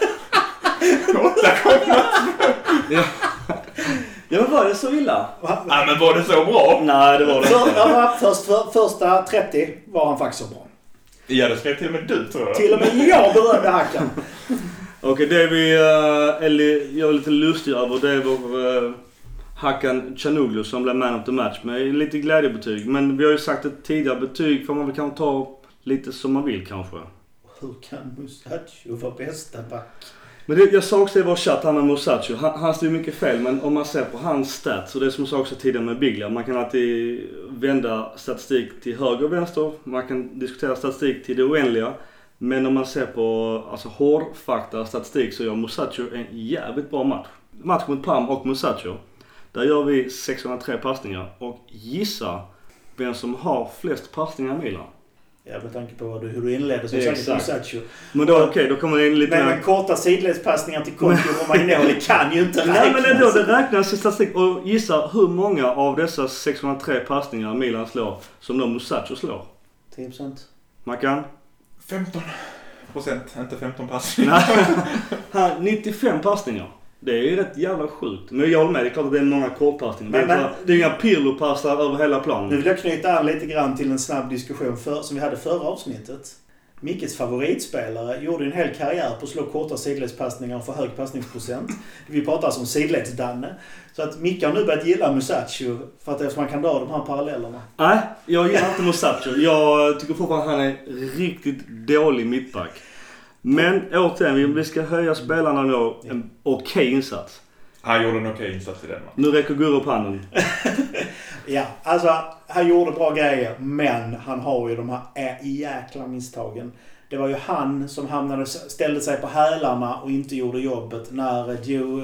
8,2. Ja, men var det så illa? Ja, men var det så bra? Nej, det var det inte. Första 30 var han faktiskt så bra. Ja, det skrev till och med du, tror jag. Till och med jag berömde Hakan. Okej, det vi gör lite lustigt över, det är vår Hakan Canoglu som blev man of the match med lite glädjebetyg. Men vi har ju sagt att tidigare betyg får man väl kanske ta lite som man vill kanske. Hur kan Musacho vara bästa back? Men jag sa också i vår chatt, han med Musacho, han står ju mycket fel, men om man ser på hans stats, och det som jag sa också tidigare med Biglia, man kan alltid vända statistik till höger och vänster, man kan diskutera statistik till det oändliga, men om man ser på alltså, hårdfakta statistik så gör Musacho en jävligt bra match. Match mot Parma och Musacho, där gör vi 603 passningar, och gissa vem som har flest passningar i Milan. Ja, med tanke på hur du inledde så sagt Musacho. Men då då kommer det in lite... Men korta sidledspassningar till Conti och Romagnoli kan ju inte räknas. Nej, men ändå, det räknas i statistik. Och gissa hur många av dessa 603 passningar Milan slår som de Musacho slår? 10%. Mackan? 15%, inte 15 passningar. Nej, 95 passningar. Det är ju rätt jävla sjukt. Men jag håller med, det är klart att det är många kortpassningar. Det är inga Pirlo-passar över hela planen. Nu vill jag knyta an lite grann till en snabb diskussion som vi hade förra avsnittet. Mickes favoritspelare gjorde en hel karriär på att slå korta sidledspassningar och få hög passningsprocent. Vi pratar alltså om sidledsdanne. Så att Micke har nu börjat gilla Musacho för att eftersom man kan dra de här parallellerna. Nej, jag gillar inte Musacho. Jag tycker fortfarande att han är riktigt dålig mittback. Men återigen, vi ska höja spelarna då en okej insats. Han gjorde en okej insats i den. Nu räcker Gurra upp handen. Ja, alltså han gjorde bra grejer, men han har ju de här jäkla misstagen. Det var ju han som ställde sig på hälarna och inte gjorde jobbet när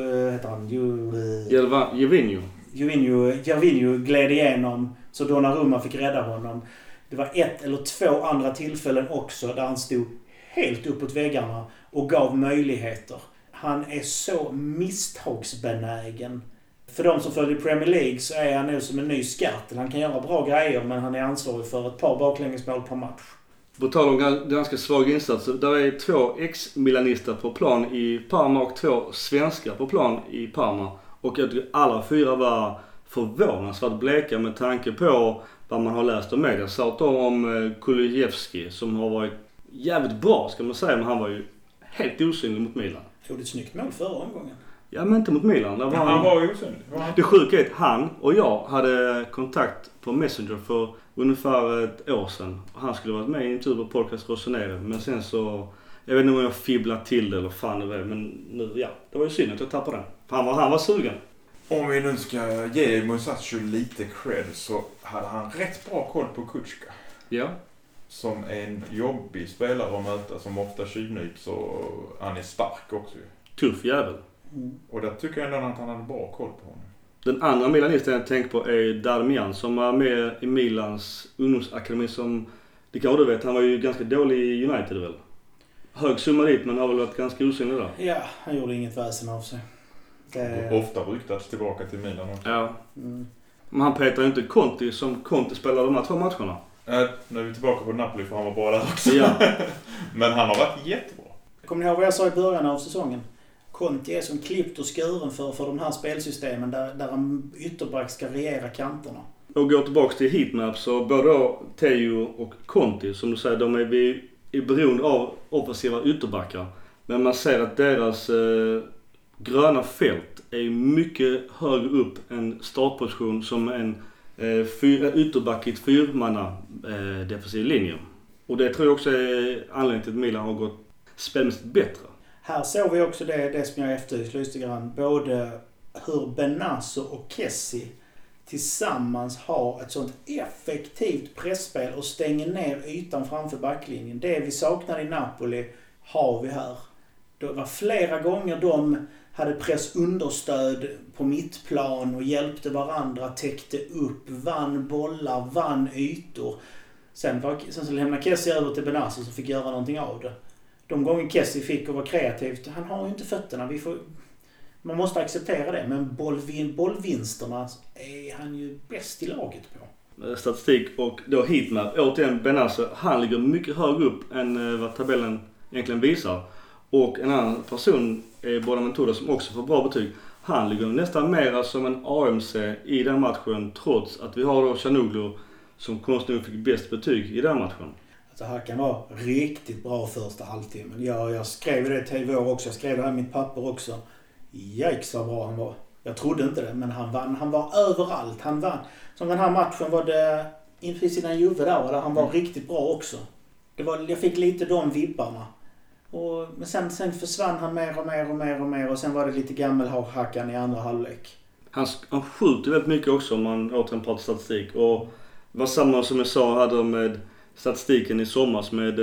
Gervinho gled igenom, så Donnarumma fick rädda honom. Det var 1 eller 2 andra tillfällen också där han stod helt uppåt väggarna och gav möjligheter. Han är så misstagsbenägen. För de som följer Premier League så är han nu som en ny skatt. Han kan göra bra grejer, men han är ansvarig för ett par baklängesmål per match. På tal om ganska svag insats, där är 2 ex-milanister på plan i Parma och 2 svenskar på plan i Parma. Och jag tycker alla 4 var förvånansvärt bleka med tanke på vad man har läst om media. Så om Kulusevski som har varit jävligt bra ska man säga, men han var ju helt osynlig mot Milan. Det ett snyggt mål förra omgången. Ja, men inte mot Milan. Han var ju osynlig. Det sjuka är att han och jag hade kontakt på Messenger för ungefär ett år sedan. Han skulle varit med i en tur på podcast Rossonere, men sen så... Jag vet inte om jag fibblat till det eller fan det var, men nu, ja, det var ju synd att jag tappade den. Han var sugen. Om vi nu ska ge Musacho lite cred så hade han rätt bra koll på Kučka. Ja. Som en jobbig spelare att möta, som ofta tjuvnyps, och han är stark också. Tuff jävel. Och där tycker jag ändå att han hade bra koll på honom. Den andra milanisten jag tänker på är Darmian som var med i Milans ungdomsakademi som, det kan du vet, han var ju ganska dålig i United väl? Hög summa dit, men har väl varit ganska osynlig där. Ja, han gjorde inget väsen av sig. Ofta ryktats tillbaka till Milan också. Ja. Men han petar ju inte Conti som Conti spelade de här 2 matcherna. Nu är vi tillbaka på Napoli för han var bra där också. Ja. Men han har varit jättebra. Kommer ni ihåg vad jag sa i början av säsongen? Conti är som klippt och skuren för de här spelsystemen där en ytterback ska regera kanterna. Och går tillbaka till heatmap så både då Teo och Conti, som du säger, de är beroende av offensiva ytterbackar. Men man ser att deras gröna fält är mycket högre upp än startposition som en ytterback i ett 4-manna defensiv linje. Och det tror jag också är anledningen till att Milan har gått spelmässigt bättre. Här såg vi också det som jag efterlyste lite grann. Både hur Benazzo och Kessie tillsammans har ett sånt effektivt pressspel och stänger ner ytan framför backlinjen. Det vi saknar i Napoli har vi här. Det var flera gånger de hade pressunderstöd på mittplan och hjälpte varandra, täckte upp, vann bollar, vann ytor. Sen så lämnade Kessie över till Benazzo som fick göra någonting av det. De gånger Kessie fick och var kreativt, han har ju inte fötterna. Man måste acceptera det, men bollvinsterna är han ju bäst i laget på. Statistik och då heatmap. Återigen Benazzo, han ligger mycket högre upp än vad tabellen egentligen visar. Och en annan person är Bonaventura som också får bra betyg. Han ligger nästan mer som en AMC i den matchen trots att vi har då Chanoglu som konstigt fick bäst betyg i den matchen. Alltså Hakan var riktigt bra första halvtimmen. Jag skrev det till vår också. Jag skrev det här i mitt papper också. Jajks vad bra han var. Jag trodde inte det, men han vann. Han var överallt. Han vann. Som den här matchen var det inför sina Juve där han var riktigt bra också. Jag fick lite de vibbarna. Men sen försvann han mer och sen var det lite gammel Hakan i andra halvlek. Han skjuter väldigt mycket också om man återigen pratar statistik. Och vad samma som jag sa hade med statistiken i sommars med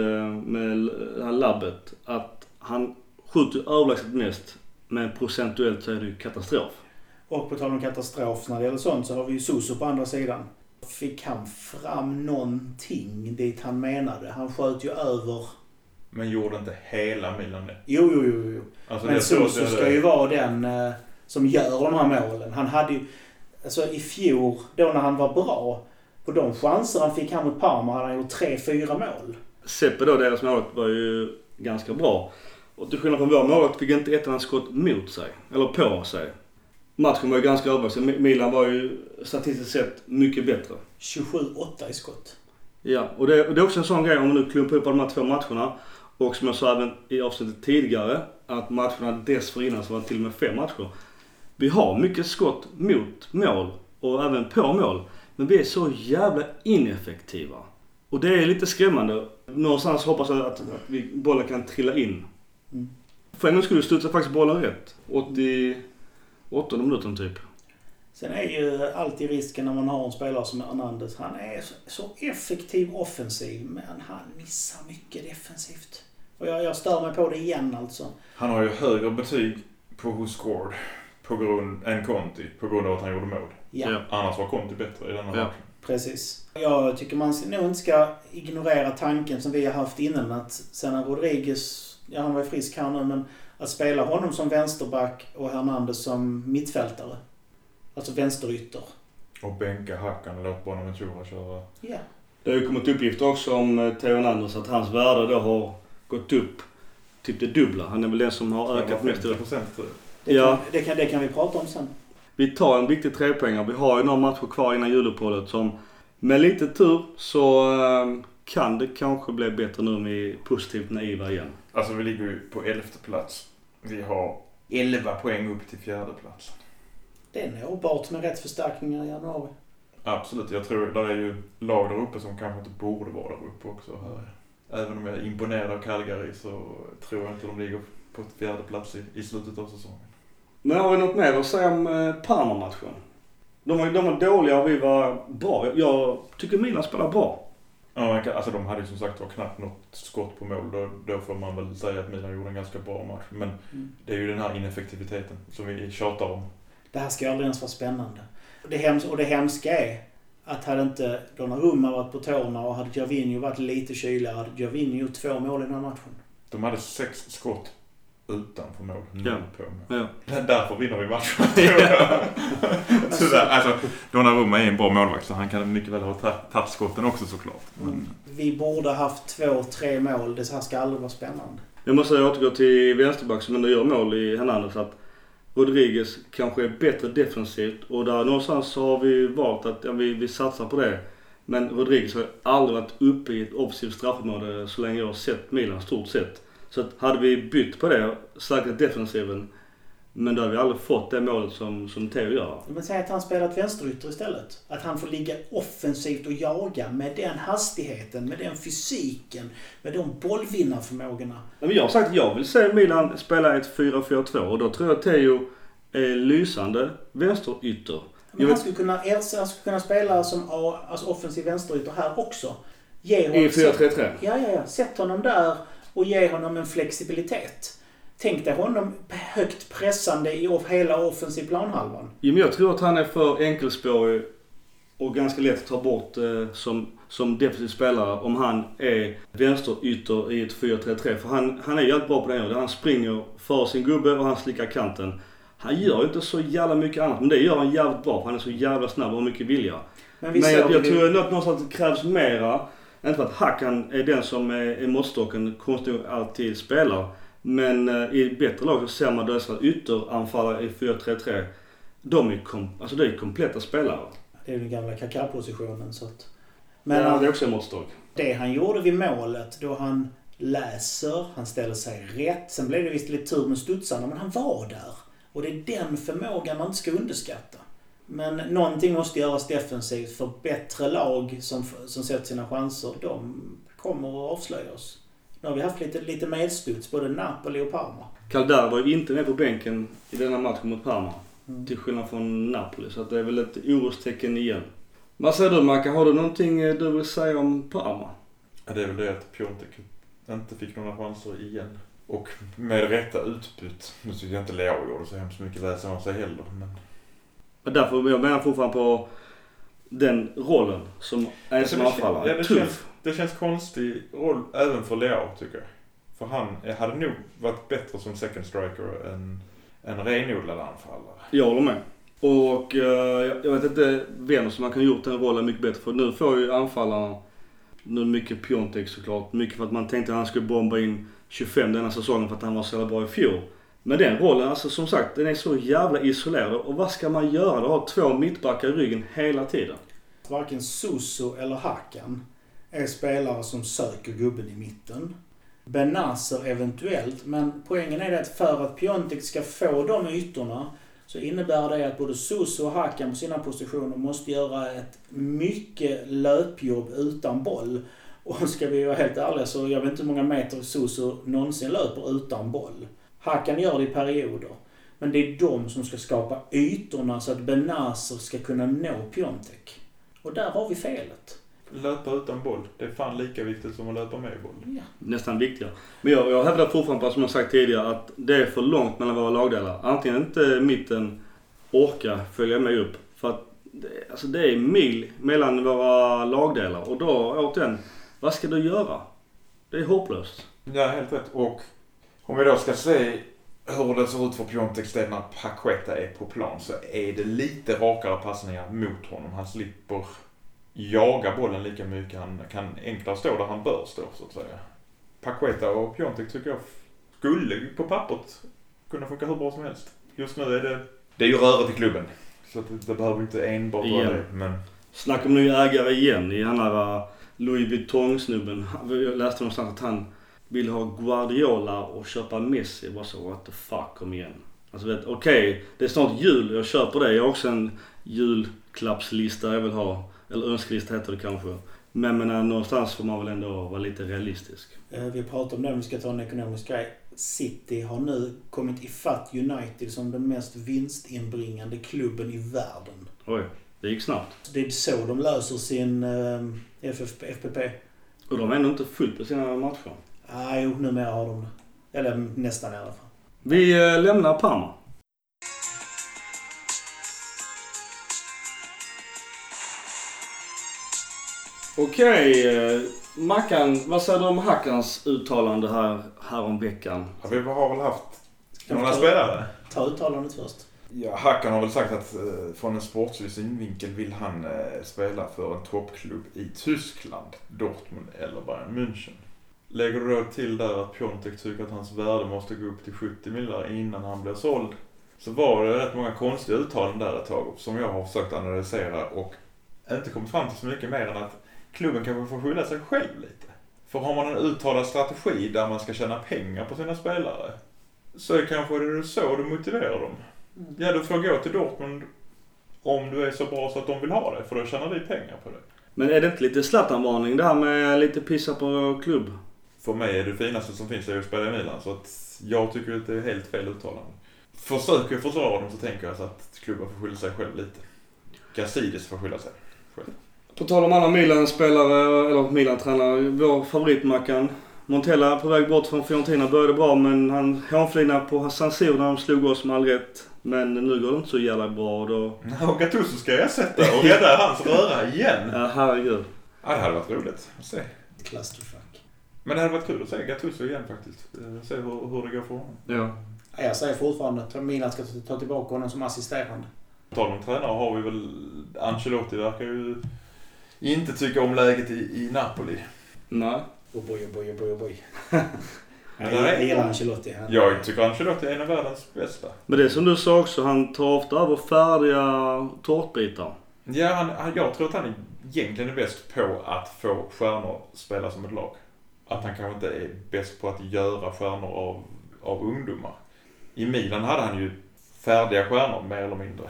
labbet. Att han skjuter överlägset mest, men procentuellt så är det ju katastrof. Och på tal om katastrof när det gäller sånt så har vi ju Suso på andra sidan. Fick han fram någonting dit han menade? Han sköt ju över... Men gjorde inte hela Milan det? Jo. Alltså, men Suso ska ju vara den som gör de här målen. Han hade ju... Alltså i fjol, då när han var bra, på de chanser han fick mot Parma hade han gjort 3-4 mål. Seppe då, deras målet var ju ganska bra. Och till skillnad från vår målet fick inte ett annat skott mot sig, eller på sig. Matchen var ju ganska överlägsen. Milan var ju statistiskt sett mycket bättre. 27-8 i skott. Ja, och det är också en sån grej om man nu klumpar upp på de här 2 matcherna. Och som jag sa även i avsnittet tidigare, att matcherna dessförinnan så var det till och med 5 matcher. Vi har mycket skott mot mål och även på mål. Men vi är så jävla ineffektiva. Och det är lite skrämmande. Någonstans hoppas jag att bollen kan trilla in. För en gång skulle studsa faktiskt bollen rätt. 88 minuten typ. Sen är ju alltid risken när man har en spelare som Hernandez. Han är så effektiv offensiv, men han missar mycket defensivt. Och jag stör mig på det igen alltså. Han har ju högre betyg på who scored än Conti på grund av att han gjorde mål. Ja. Annars var Conti bättre i den här matchen. Precis. Jag tycker man nog inte ska ignorera tanken som vi har haft innan att sen när Rodriguez, han var frisk här nu, men att spela honom som vänsterback och Hernandez som mittfältare. Alltså vänsterytter. Och bänka Hakan och låt Bonaventura köra. Ja. Det har ju kommit uppgifter också om Theo Hernandez att hans värde då har gått upp typ det dubbla. Han är väl den som har ökat mest. 50%. Det kan vi prata om sen. Vi tar en viktig 3-poängare. Vi har ju några matcher kvar innan juluppehållet som med lite tur så kan det kanske bli bättre nu med positivt naiva igen. Alltså vi ligger ju på 11:e plats. Vi har 11 poäng upp till 4:e plats. Det är nåbart med rätt förstärkningar i januari. Absolut, jag tror det är ju lag där uppe som kanske inte borde vara där uppe också. Även om jag är imponerad av Calgary så tror jag inte de ligger på 4:e plats i slutet av säsongen. Men har vi något mer att säga om Parma-matchen? De var dåliga och vi var bra. Jag tycker Milan spelar bra. Ja, alltså de hade ju som sagt var knappt något skott på mål. Då får man väl säga att Milan gjorde en ganska bra match. Men det är ju den här ineffektiviteten som vi tjatar om. Det här ska ju aldrig ens vara spännande. Det hemska är att hade inte Donnarumma varit på tårna och hade Gervinho varit lite kyligare hade Gervinho 2 mål i den här matchen. De hade 6 skott utanför mål. På mål. Ja. Därför vinner vi matchen. Alltså, Donnarumma är en bra målvakt så han kan mycket väl ha tagit skotten också såklart. Vi borde haft 2-3 mål. Det här ska aldrig vara spännande. Jag måste återgå till vänsterback som ändå gör mål i Hernandez att Rodriguez kanske är bättre defensivt och där någonstans så har vi valt att vi satsar på det. Men Rodriguez har aldrig varit uppe i ett offensivt straffområde så länge jag har sett Milan stort sett. Så att hade vi bytt på det, säkert defensiven, men då har vi aldrig fått det målet som Theo gör. Men säg att han spelar ett vänsterytter istället. Att han får ligga offensivt och jaga med den hastigheten, med den fysiken, med de bollvinnarförmågorna. Men jag har sagt att jag vill se Milan spela ett 4-4-2 och då tror jag att Theo är lysande vänsterytter. Men han skulle kunna spela som offensiv vänsterytter här också. I 4-3-3? Ja. Sätt honom där och ge honom en flexibilitet. Tänk dig honom högt pressande i hela offensiv planhalvan. Ja, men jag tror att han är för enkelspårig och ganska lätt att ta bort som defensiv spelare om han är vänsterytter i ett 4-3-3. För han är jävligt bra på det. Han springer för sin gubbe och han slickar kanten. Han gör inte så jävla mycket annat, men det gör han jävligt bra för han är så jävla snabb och har mycket vilja. Men jag tror att någonstans det krävs mera. Inte för att Hakan är den som är måttstocken konstigt alltid spelar. Men i bättre lag så ser man dessa ytteranfallare i 4-3-3. De är alltså det är kompletta spelare. Det är den gamla Kaká-positionen. Så att... Men det är också en måttstock. Det han gjorde vid målet då han läser, han ställer sig rätt. Sen blev det visst lite tur med studsarna, men han var där. Och det är den förmågan man inte ska underskatta. Men någonting måste göras defensivt för bättre lag som sett sina chanser. De kommer att avslöja oss. Nu har vi haft lite medstuds, både Napoli och Parma. Caldara var ju inte med på bänken i denna matchen mot Parma. Till skillnad från Napoli. Så att det är väl ett orostecken igen. Vad säger du, Macka? Har du någonting du vill säga om Parma? Ja, det är väl det att Piontek inte fick några chanser igen. Och med rätta utbytt. Nu tycker jag inte Leao gjorde så hemskt mycket väsen av sig heller. Men... Och därför jag menar fortfarande på den rollen som är som anfallare. Ja, det känns konstig roll även för Leao tycker jag. För han hade nog varit bättre som second striker än en renodlad anfallare. Jag håller med. Och jag vet inte vem som man kan gjort den rollen mycket bättre. För nu får ju anfallarna nu mycket Piontek såklart. Mycket för att man tänkte att han skulle bomba in 25 denna säsongen för att han var så bra i fjol. Men den rollen, alltså som sagt, den är så jävla isolerad. Och vad ska man göra? Du har 2 mittbackar i ryggen hela tiden. Varken Suso eller Hakan är spelare som söker gubben i mitten. Benazer eventuellt, men poängen är det att för att Piontek ska få de ytorna så innebär det att både Suso och Hakan på sina positioner måste göra ett mycket löpjobb utan boll. Och ska vi vara helt ärliga så jag vet inte hur många meter Suso någonsin löper utan boll. Hakan gör det i perioder. Men det är de som ska skapa ytorna så att Benazer ska kunna nå Piontek. Och där har vi felet. Löpa utan boll, det är fan lika viktigt som att löpa med boll. Ja. Nästan viktigare. Men jag hävdar fortfarande på, som jag sagt tidigare, att det är för långt mellan våra lagdelar. Antingen inte mitten orkar följa med upp. För att det är mil mellan våra lagdelar. Och då återigen, vad ska du göra? Det är hopplöst. Ja, helt rätt. Och om vi då ska se hur det ser ut för Piontek när Paqueta är på plan så är det lite rakare passningar mot honom. Han slipper jaga bollen lika mycket. Han kan enklare stå där han bör stå så att säga. Paqueta och Piontek tycker jag skulle på pappret kunna funka hur bra som helst. Just nu är det är ju rörigt i klubben. Så att det behöver inte enbart vara det. Men... Snack om ny ägare igen i den här Louis Vuitton-snubben. Jag läste någonstans att han vill ha Guardiola och köpa Messi. Bara så, what the fuck, kom igen. Alltså vet, okej, det är snart jul, jag köper det. Jag har också en julklappslista jag vill ha. Eller önskelista heter det kanske. Men någonstans får man väl ändå vara lite realistisk. Vi pratar om det, vi ska ta en ekonomisk grej. City har nu kommit ifatt United som den mest vinstinbringande klubben i världen. Oj, det gick snabbt. Det är så de löser sin FPP. Och de är ändå inte fullt på sina matcher. Jo, numera har de det. Eller nästan i alla fall. Vi lämnar Parma. Okej, Mackan, vad säger du om Hackans uttalande här om veckan? Ja, vi har väl haft några spelare. Ta uttalandet först. Ja, Hakan har väl sagt att från en sportslig synvinkel vill han spela för en toppklubb i Tyskland, Dortmund eller Bayern München. Lägger du då till där att Piontek tycker att hans värde måste gå upp till 70 miljoner innan han blir såld, så var det rätt många konstiga uttalanden där ett tag som jag har försökt analysera och inte kommit fram till så mycket mer än att klubben kanske får skylla sig själv lite. För har man en uttalad strategi där man ska tjäna pengar på sina spelare så är kanske det så du motiverar dem. Ja, du får gå till Dortmund om du är så bra så att de vill ha det, för då tjänar vi pengar på det. Men är det inte lite Zlatan-varning det här med lite pissa på klubb? För mig är det finaste som finns att spela i Milan, så att jag tycker att det är helt fel uttalande. Försöker jag försvara dem så tänker jag så att klubben får skylla sig själv lite. Gazidis får skylla sig själv. På tal om andra Milan-spelare, eller Milan-tränare, vår favoritmackan Montella på väg bort från Fiorentina började bra, men han hånflinade på San Siro när de slog oss med all rätt. Men nu går det inte så jävla bra då. Och Gattuso ska jag sätta och rädda hans röra igen. Ja, herregud. Ja, det hade varit roligt att se. Clusterfuck. Men det hade varit kul att se Gattuso igen faktiskt. Se hur det går för honom. Ja. Jag säger fortfarande att Milan ska ta tillbaka honom som assisterande. På tal om tränare har vi väl Ancelotti verkar ju inte tycka om läget i Napoli. Nej. Oh boy. Jag gillar Ancelotti. Jag tycker Ancelotti är en av världens bästa. Men det som du sa också, han tar ofta över färdiga tårtbitar. Ja, jag tror att han egentligen är bäst på att få stjärnor spela som ett lag. Att han kanske inte är bäst på att göra stjärnor av ungdomar. I Milan hade han ju färdiga stjärnor, mer eller mindre.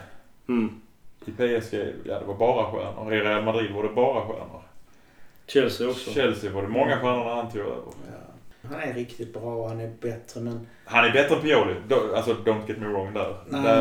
I PSG, det var bara stjärnor. I Real Madrid var det bara stjärnor. Chelsea också. Chelsea var det många stjärnor när han tog över. Ja. Han är riktigt bra, han är bättre, men... Han är bättre än Pioli. Alltså, don't get me wrong där.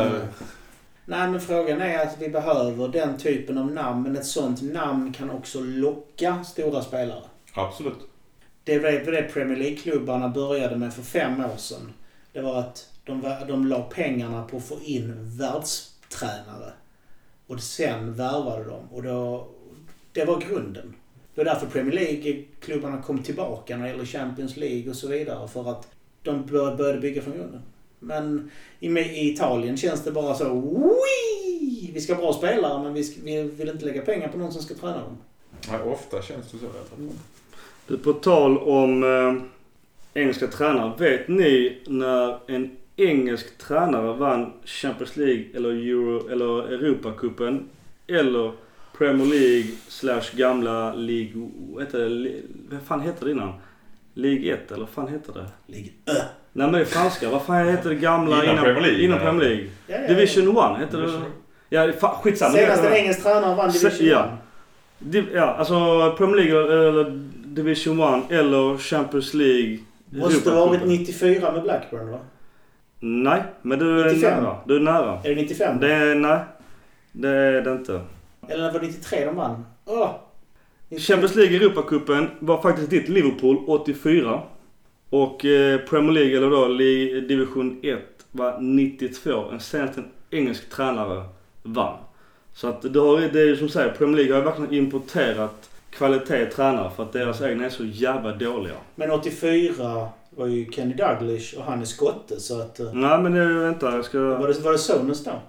Nej, men frågan är att vi behöver den typen av namn, men ett sånt namn kan också locka stora spelare. Absolut. Det var det Premier League-klubbarna började med för 5 år sedan. Det var att de la pengarna på att få in världstränare. Och sen värvade de. Och det var grunden. Det var därför Premier League-klubbarna kom tillbaka när det gäller Champions League och så vidare. För att de började bygga från grunden. Men i Italien känns det bara så... Wii! Vi ska ha bra spelare, men vi vill inte lägga pengar på någon som ska träna dem. Ja, ofta känns det så. Du, på tal om engelska tränare. Vet ni när en engelsk tränare vann Champions League eller Euro eller Europacupen eller Premier League / gamla League... Vad fan heter det innan? League 1 eller vad fan heter det? League Nej, men det är franska. Vad fan heter det gamla innan Premier League? Innan Premier League. Ja. Division 1 heter det. Ja, skitsamma. Senast en engelsk tränare vann Division 1. Ja, alltså Premier League eller Division 1 eller Champions League. Måste ha varit 94 med Blackburn, va? Nej, men du är 95. nära. Du är nära. Är det 95? Nej, det är det inte. Eller var det 93 de vann? Champions League Europacupen var faktiskt ditt Liverpool 84. Och Premier League eller då Division 1 var 92. En senaste engelsk tränare vann. Så att det är ju som säger, Premier League har verkligen importerat kvalitet tränare för att deras egna är så jävla dåliga. Men 84 var ju Kenny Dalglish och han är skotte, så att... Nej, men vänta, jag ska... Var det Sonus då?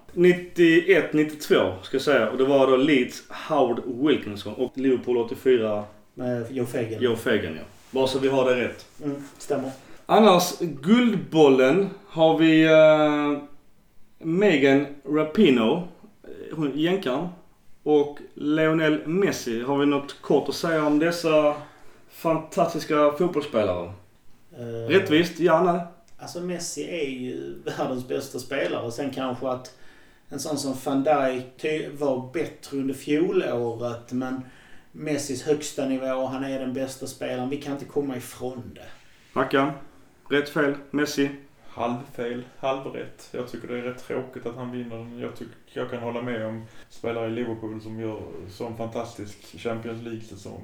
91-92 ska jag säga. Och det var då Leeds Howard Wilkinson och Liverpool 84... Med Joe Fagan. Joe Fagan, ja. Bara så vi har det rätt. Stämmer. Annars, Guldbollen har vi Megan Rapinoe, hon jänkaren. Och Lionel Messi. Har vi något kort att säga om dessa fantastiska fotbollsspelare? Rättvist, ja, Alltså Messi är ju världens bästa spelare. Och sen kanske att en sån som Van Dijk var bättre under fjolåret. Men Messis högsta nivå, han är den bästa spelaren. Vi kan inte komma ifrån det. Mackan, rätt fel, Messi. Halvfel, halvrätt. Jag tycker det är rätt tråkigt att han vinner. Jag kan hålla med om spelare i Liverpool som gör sån fantastisk Champions League-säsong.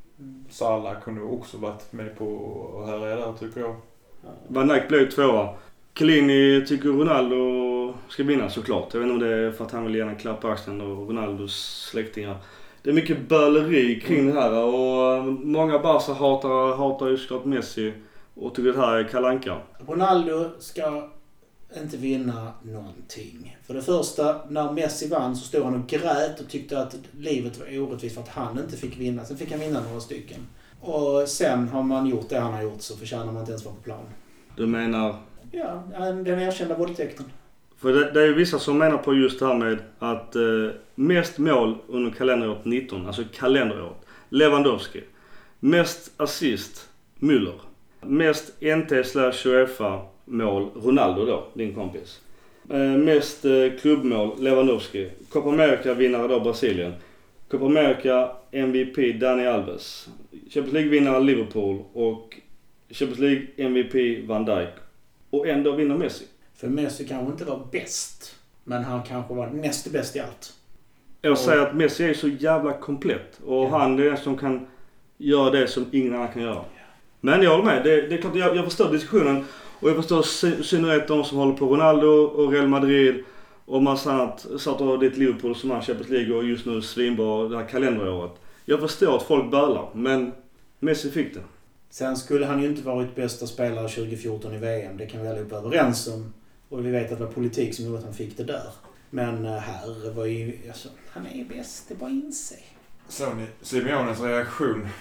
Salah kunde också varit med på och här är där, tycker jag. Van Dijk blev 2. Chiellini tycker Ronaldo ska vinna, såklart. Jag vet inte om det är för att han vill gärna klappa axeln och Ronaldos släktingar. Det är mycket böleri kring det här och många Barca hatar ju såklart Messi och tycker att det här är kalanka. Ronaldo ska inte vinna någonting. För det första, när Messi vann så stod han och grät och tyckte att livet var orättvist för att han inte fick vinna. Sen fick han vinna några stycken. Och sen har man gjort det han har gjort så förtjänar man inte ens vara på plan. Du menar? Ja, den erkända våldtäkten. För det är ju vissa som menar på just det här med att mest mål under kalenderåret 19, alltså kalenderåret, Lewandowski. Mest assist, Müller. Mest NT/UEFA mål, Ronaldo då, din kompis. Mest klubbmål, Lewandowski. Copa America-vinnare då, Brasilien. Copa America MVP, Dani Alves. Champions League-vinnare, Liverpool. Och Champions League MVP, Van Dijk. Och ändå vinner Messi. För Messi kanske inte var bäst, men han kanske var näst bäst i allt. Jag säger att Messi är så jävla komplett. Och han är den som kan göra det som ingen annan kan göra. Men jag håller med. Det är klart, jag förstår diskussionen. Och jag förstår synnerhet de som håller på Ronaldo och Real Madrid. Och massa annat. Satt av ditt Liverpool som har Champions League och just nu svinbra det här kalenderåret. Jag förstår att folk bölar. Men Messi fick det. Sen skulle han ju inte varit bästa spelare 2014 i VM. Det kan vi allihopa överens om. Och vi vet att det var politik som gjorde att han fick det där. Men här var ju... Alltså, han är ju bäst, det är bara att inse. Så ni, Simeones reaktion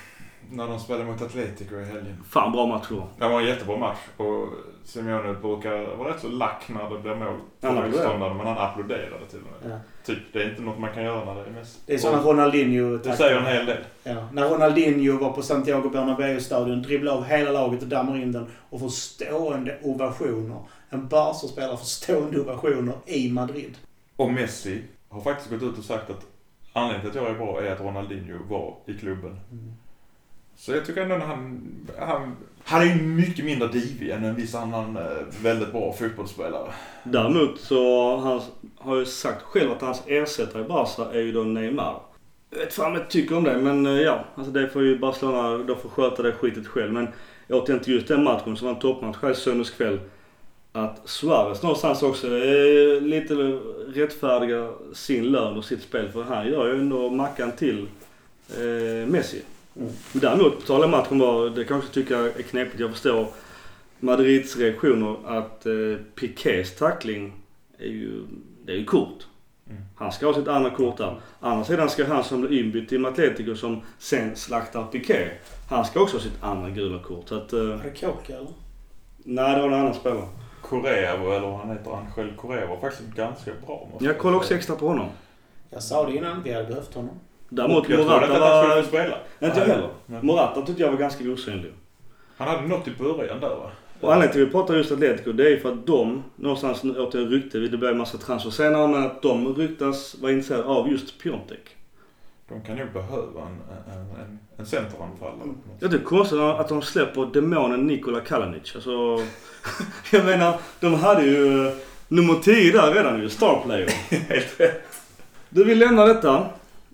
När de spelade mot Atletico i helgen. Fan, bra match då. Det var en jättebra match. Och Simeone brukar vara rätt så lack när det blir mål. Men han applåderade till och med. Ja. Typ, det är inte något man kan göra när det är mest. Det är sådana Ronaldinho. Det säger en hel del. Ja. När Ronaldinho var på Santiago Bernabéu-stadion, dribblade av hela laget och dammar in den och får stående ovationer. En Barca-spelare får stående ovationer i Madrid. Och Messi har faktiskt gått ut och sagt att anledningen till att jag är bra är att Ronaldinho var i klubben. Så jag tycker ändå att han är ju mycket mindre divig än en viss annan väldigt bra fotbollsspelare. Däremot så han har ju sagt själv att hans ersättare i Barca är ju då Neymar. Jag vet fan vad jag tycker om det, men ja, alltså det får ju Barcelona, de får sköta det skitet själv. Men jag åt inte just den matchen som var en toppmatch själv söndagskväll. Att Suarez någonstans också är lite rättfärdiga sin lön och sitt spel. För han gör ju ändå mackan till Messi. Däremot, på tal om matchen var, det kanske tycker jag är knepigt. Jag förstår Madrids reaktioner att Piqués tackling är ju kort. Han ska ha sitt andra kort där. Andra sidan ska han som blir inbytt till Atletico som sen slaktar Piqué. Han ska också ha sitt andra gula kort. Så att, är det Kåk eller? Nej, det var en annan spelare. Correo, eller vad han heter, Angel Correo var faktiskt ganska bra. Jag kollade också extra på honom. Jag sa det innan, vi hade behövt honom. Däremot jag Morata var... spela. Inte jag heller. Morata tyckte jag var ganska osynlig. Han hade något i början där, va? Och anledningen till att vi pratar just Atletico, det är för att de någonstans åt det rykte, det blev en massa transfer senare, men att de ryktas vara intresserade av just Piontek. De kan ju behöva en centeranfallare. Jag tycker konstigt att de släpper demonen Nikola Kalinic. Alltså, jag menar, de hade ju nummer 10 där redan ju, star player. Helt rätt. Du vill lämna detta.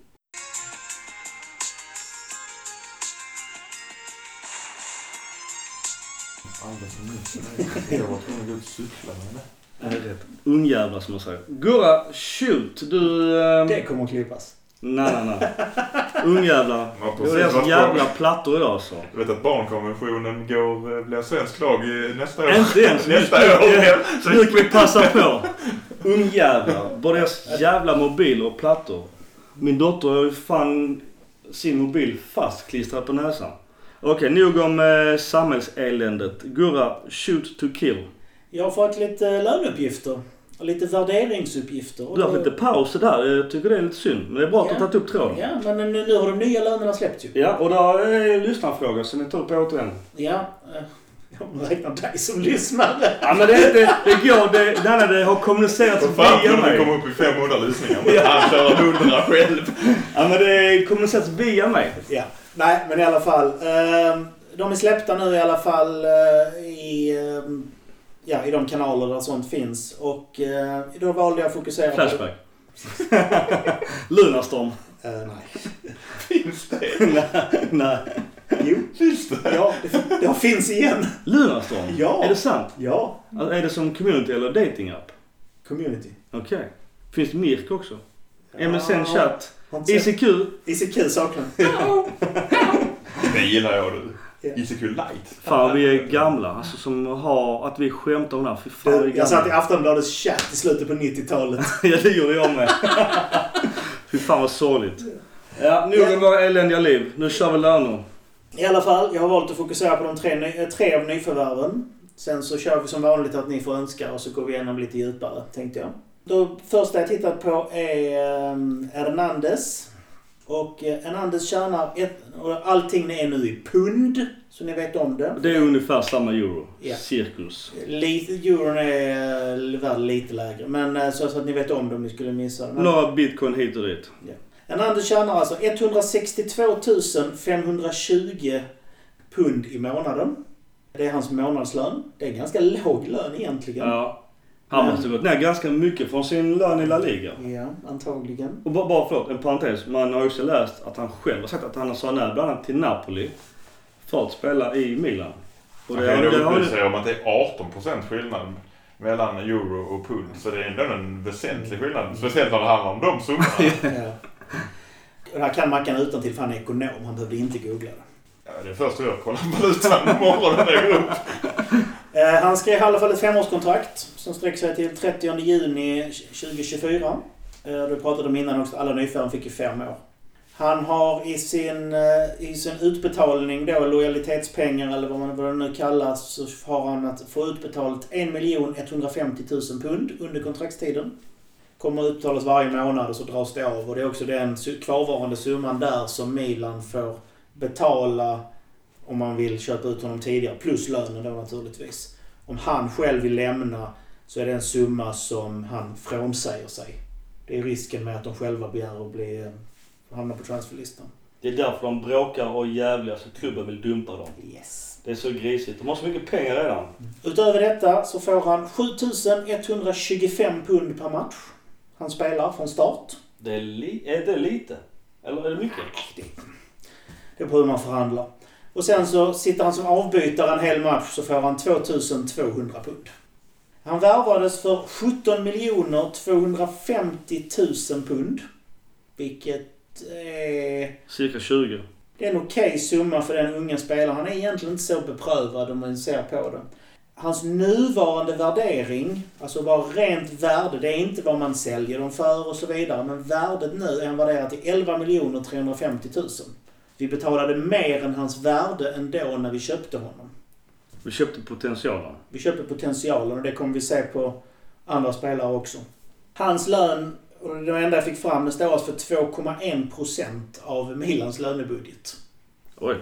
Jag var tvungen att gå ut och cykla med det. Det är rätt. Ungjävlar som man säger. Gurra, shoot. Du... Det kommer att klippas. Nej. Ungjävlar. Det är så jävla plattor idag så. Du vet att barnkonventionen blir svensk lag i nästa år. Inte ens. Nästa år. Så nu kan vi passa på. Ungjävlar. Både deras jävla mobiler och plattor. Min dotter har ju fan sin mobil fastklistrad på näsan. Okej, nog om samhällseländet. Gurra, shoot to kill. Jag har fått lite löneuppgifter. Och lite värderingsuppgifter. Du har haft lite paus där. Jag tycker det är lite synd. Men det är bra att du har tagit upp tråden. Ja, men nu har de nya lönerna släppt ju. Ja, och då är lyssnarfrågor som jag tar upp återigen. Ja, jag räknar dig som lyssnare. Ja, men det har kommunicerats via mig. Det kommer upp i 500 lyssningar. Men han kör 100 själv. Ja, men det kommunicerats via mig. Ja. Nej, men i alla fall. De är släppta nu i alla fall i de kanaler där sånt finns. Och då valde jag att fokusera Flashback. Lunarstorm. Nej. Finns det? Nej. Jo. Finns det? Ja, det finns igen. Lunarstorm? Ja. Är det sant? Ja. Alltså, är det som community eller dating app? Community. Okej. Finns det Mirk också? MSN chatt. ICQ saknar. Det gillar jag du. ICQ Lite. Fan, vi är gamla. Alltså som har att vi skämtar om det här. Fy fan, jag satt i Aftonbladets chatt i slutet på 90-talet. Ja, det gjorde jag med. Fy fan vad sorgligt. Ja, nu är det våra eländiga liv. Nu kör vi löner. I alla fall, jag har valt att fokusera på de tre av nyförvärven. Sen så kör vi som vanligt att ni får önska och så går vi igenom lite djupare, tänkte jag. Då första jag tittat på är Hernandez. Och Hernandez tjänar och allting är nu i pund, så ni vet om det. Det är ungefär samma euro. Ja. Cirkus. Euron är värd lite lägre, men så att ni vet om det om ni skulle missa det. Några bitcoin hit och dit. Ja. Hernandez tjänar alltså 162 520 pund i månaden. Det är hans månadslön. Det är en ganska låg lön egentligen. Ja. Han måste gått ner ganska mycket från sin lön i La Liga. Ja, antagligen. Och bara förlåt, en parentes. Man har ju också läst att han själv har sagt att han har sagt när bland annat till Napoli för att spela i Milan. Och det kan ju upplysa om att det är 18% skillnad mellan euro och pund. Så det är ändå en väsentlig skillnad. Speciellt när det handlar om de summorna. Ja. Och här kan Mackan utan till för han är ekonom. Han behövde inte googla det. Ja, det är först jag kollar på valutan morgonen när jag går upp. Han skrev i alla fall ett 5-årskontrakt som sträcker sig till 30 juni 2024. Du pratade om innan också, alla nyförvärv fick ju 5 år. Han har i sin utbetalning då, lojalitetspengar eller vad det nu kallas, så har han att få utbetalt 1 150 000 pund under kontraktstiden. Kommer utbetalas varje månad och så dras det av. Och det är också den kvarvarande summan där som Milan får betala om man vill köpa ut honom tidigare. Plus lönen då naturligtvis. Om han själv vill lämna så är det en summa som han frånsäger sig. Det är risken med att de själva begär att hamna på transferlistan. Det är därför de bråkar och jävliga så klubben vill dumpa dem. Yes. Det är så grisigt. De har så mycket pengar redan. Utöver detta så får han 7125 pund per match. Han spelar från start. Är det lite? Eller är det mycket? Det är på hur man förhandlar. Och sen så sitter han som avbytare en hel match så får han 2200 pund. Han värvades för 17 250 000 pund. Vilket är... Cirka 20. Det är en okej summa för den unga spelaren. Han är egentligen inte så beprövad om man ser på det. Hans nuvarande värdering, alltså bara rent värde, det är inte vad man säljer dem för och så vidare. Men värdet nu är han värderat till 11 350 000. Vi betalade mer än hans värde ändå när vi köpte honom. Vi köpte potentialen. Vi köpte potentialen och det kommer vi se på andra spelare också. Hans lön, och det enda jag fick fram, det står för 2,1% av Milans lönebudget. Oj.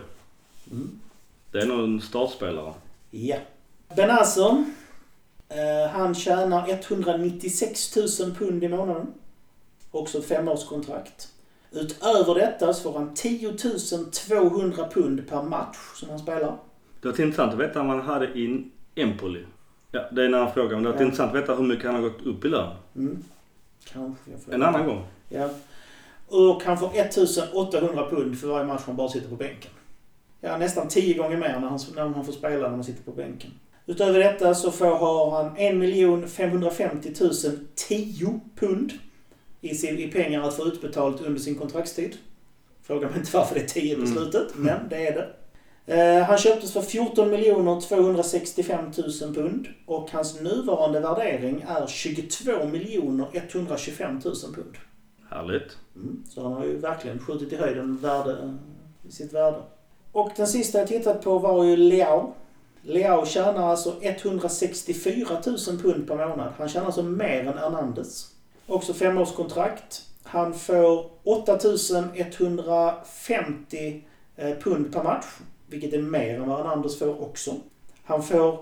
Det är nog en startspelare. Ja. Benazzo, han tjänar 196 000 pund i månaden. Också ett 5-årskontrakt. Utöver detta så får han 10 200 pund per match som han spelar. Det var intressant att veta vad man hade i Empoli. Ja, det är en annan fråga. Men det var intressant att veta hur mycket han har gått upp i lön. Kanske. En annan gång. Ja. Och han får 1800 pund för varje match han bara sitter på bänken. Ja, nästan 10 gånger mer när han får spela när man sitter på bänken. Utöver detta så har han 1 550 000 10 pund i pengar att få utbetalt under sin kontraktstid. Frågar mig inte varför det är 10 på slutet, men det är det. Han köptes för 14 265 000 pund och hans nuvarande värdering är 22 125 000 pund. Härligt. Så han har ju verkligen skjutit i höjden sitt värde. Och den sista jag tittat på var ju Leao. Leao tjänar alltså 164 000 pund per månad. Han tjänar alltså mer än Hernandez. Också 5-årskontrakt. Han får 8 150 pund per match. Vilket är mer än vad Hernandez får också. Han får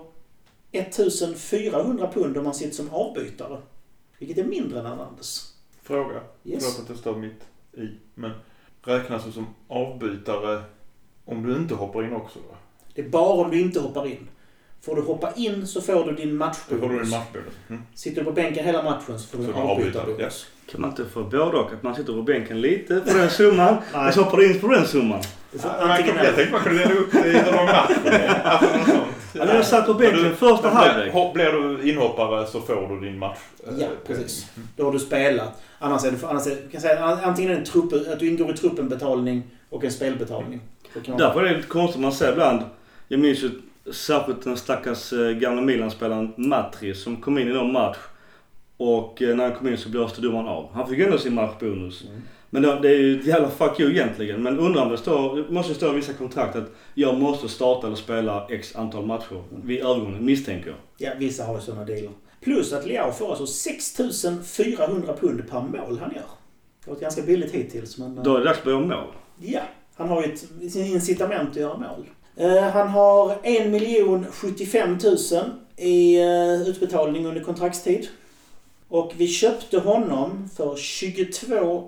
1400 pund om han sitter som avbytare. Vilket är mindre än Hernandez. Fråga. Yes. Förlåt att det står mitt i. Men räknas du som avbytare om du inte hoppar in också då? Det är bara om du inte hoppar in. Får du hoppa in så får du din matchbonus. Då får du din matchbonus. Sitter du på bänken hela matchen så får du en avbytarbonus. Ja. Kan man inte få både och att man sitter på bänken lite på den summan och så hoppar du in på den summan? Jag tänkte man kunde dela upp det i hur lång match det är. Alltså något sånt. Ja, du har satt på bänken första halvlek. Blir du inhoppare så får du din match. Ja, precis. Då har du spelat. Annars är det kan säga, antingen en trupp, att du ingår i truppenbetalning och en spelbetalning. Därför är det lite konstigt man ser ibland. Jag minns ju särskilt den stackars gamla Milan-spelaren Matri som kom in i någon match. Och när han kom in så blåste domaren av. Han fick ändå sin matchbonus. Men det är ju ett jävla fuck you egentligen. Men undrar om det måste stå i vissa kontrakt att jag måste starta eller spela x antal matcher vid övergången, misstänker jag. Ja, vissa har ju sådana dealer. Plus att Leao får alltså 6 400 pund per mål han gör. Det var ett ganska billigt hittills. Men, då är det dags att börja mål. Ja, han har ju ett incitament att göra mål. Han har 1 075 000 i utbetalning under kontraktstid. Och vi köpte honom för 22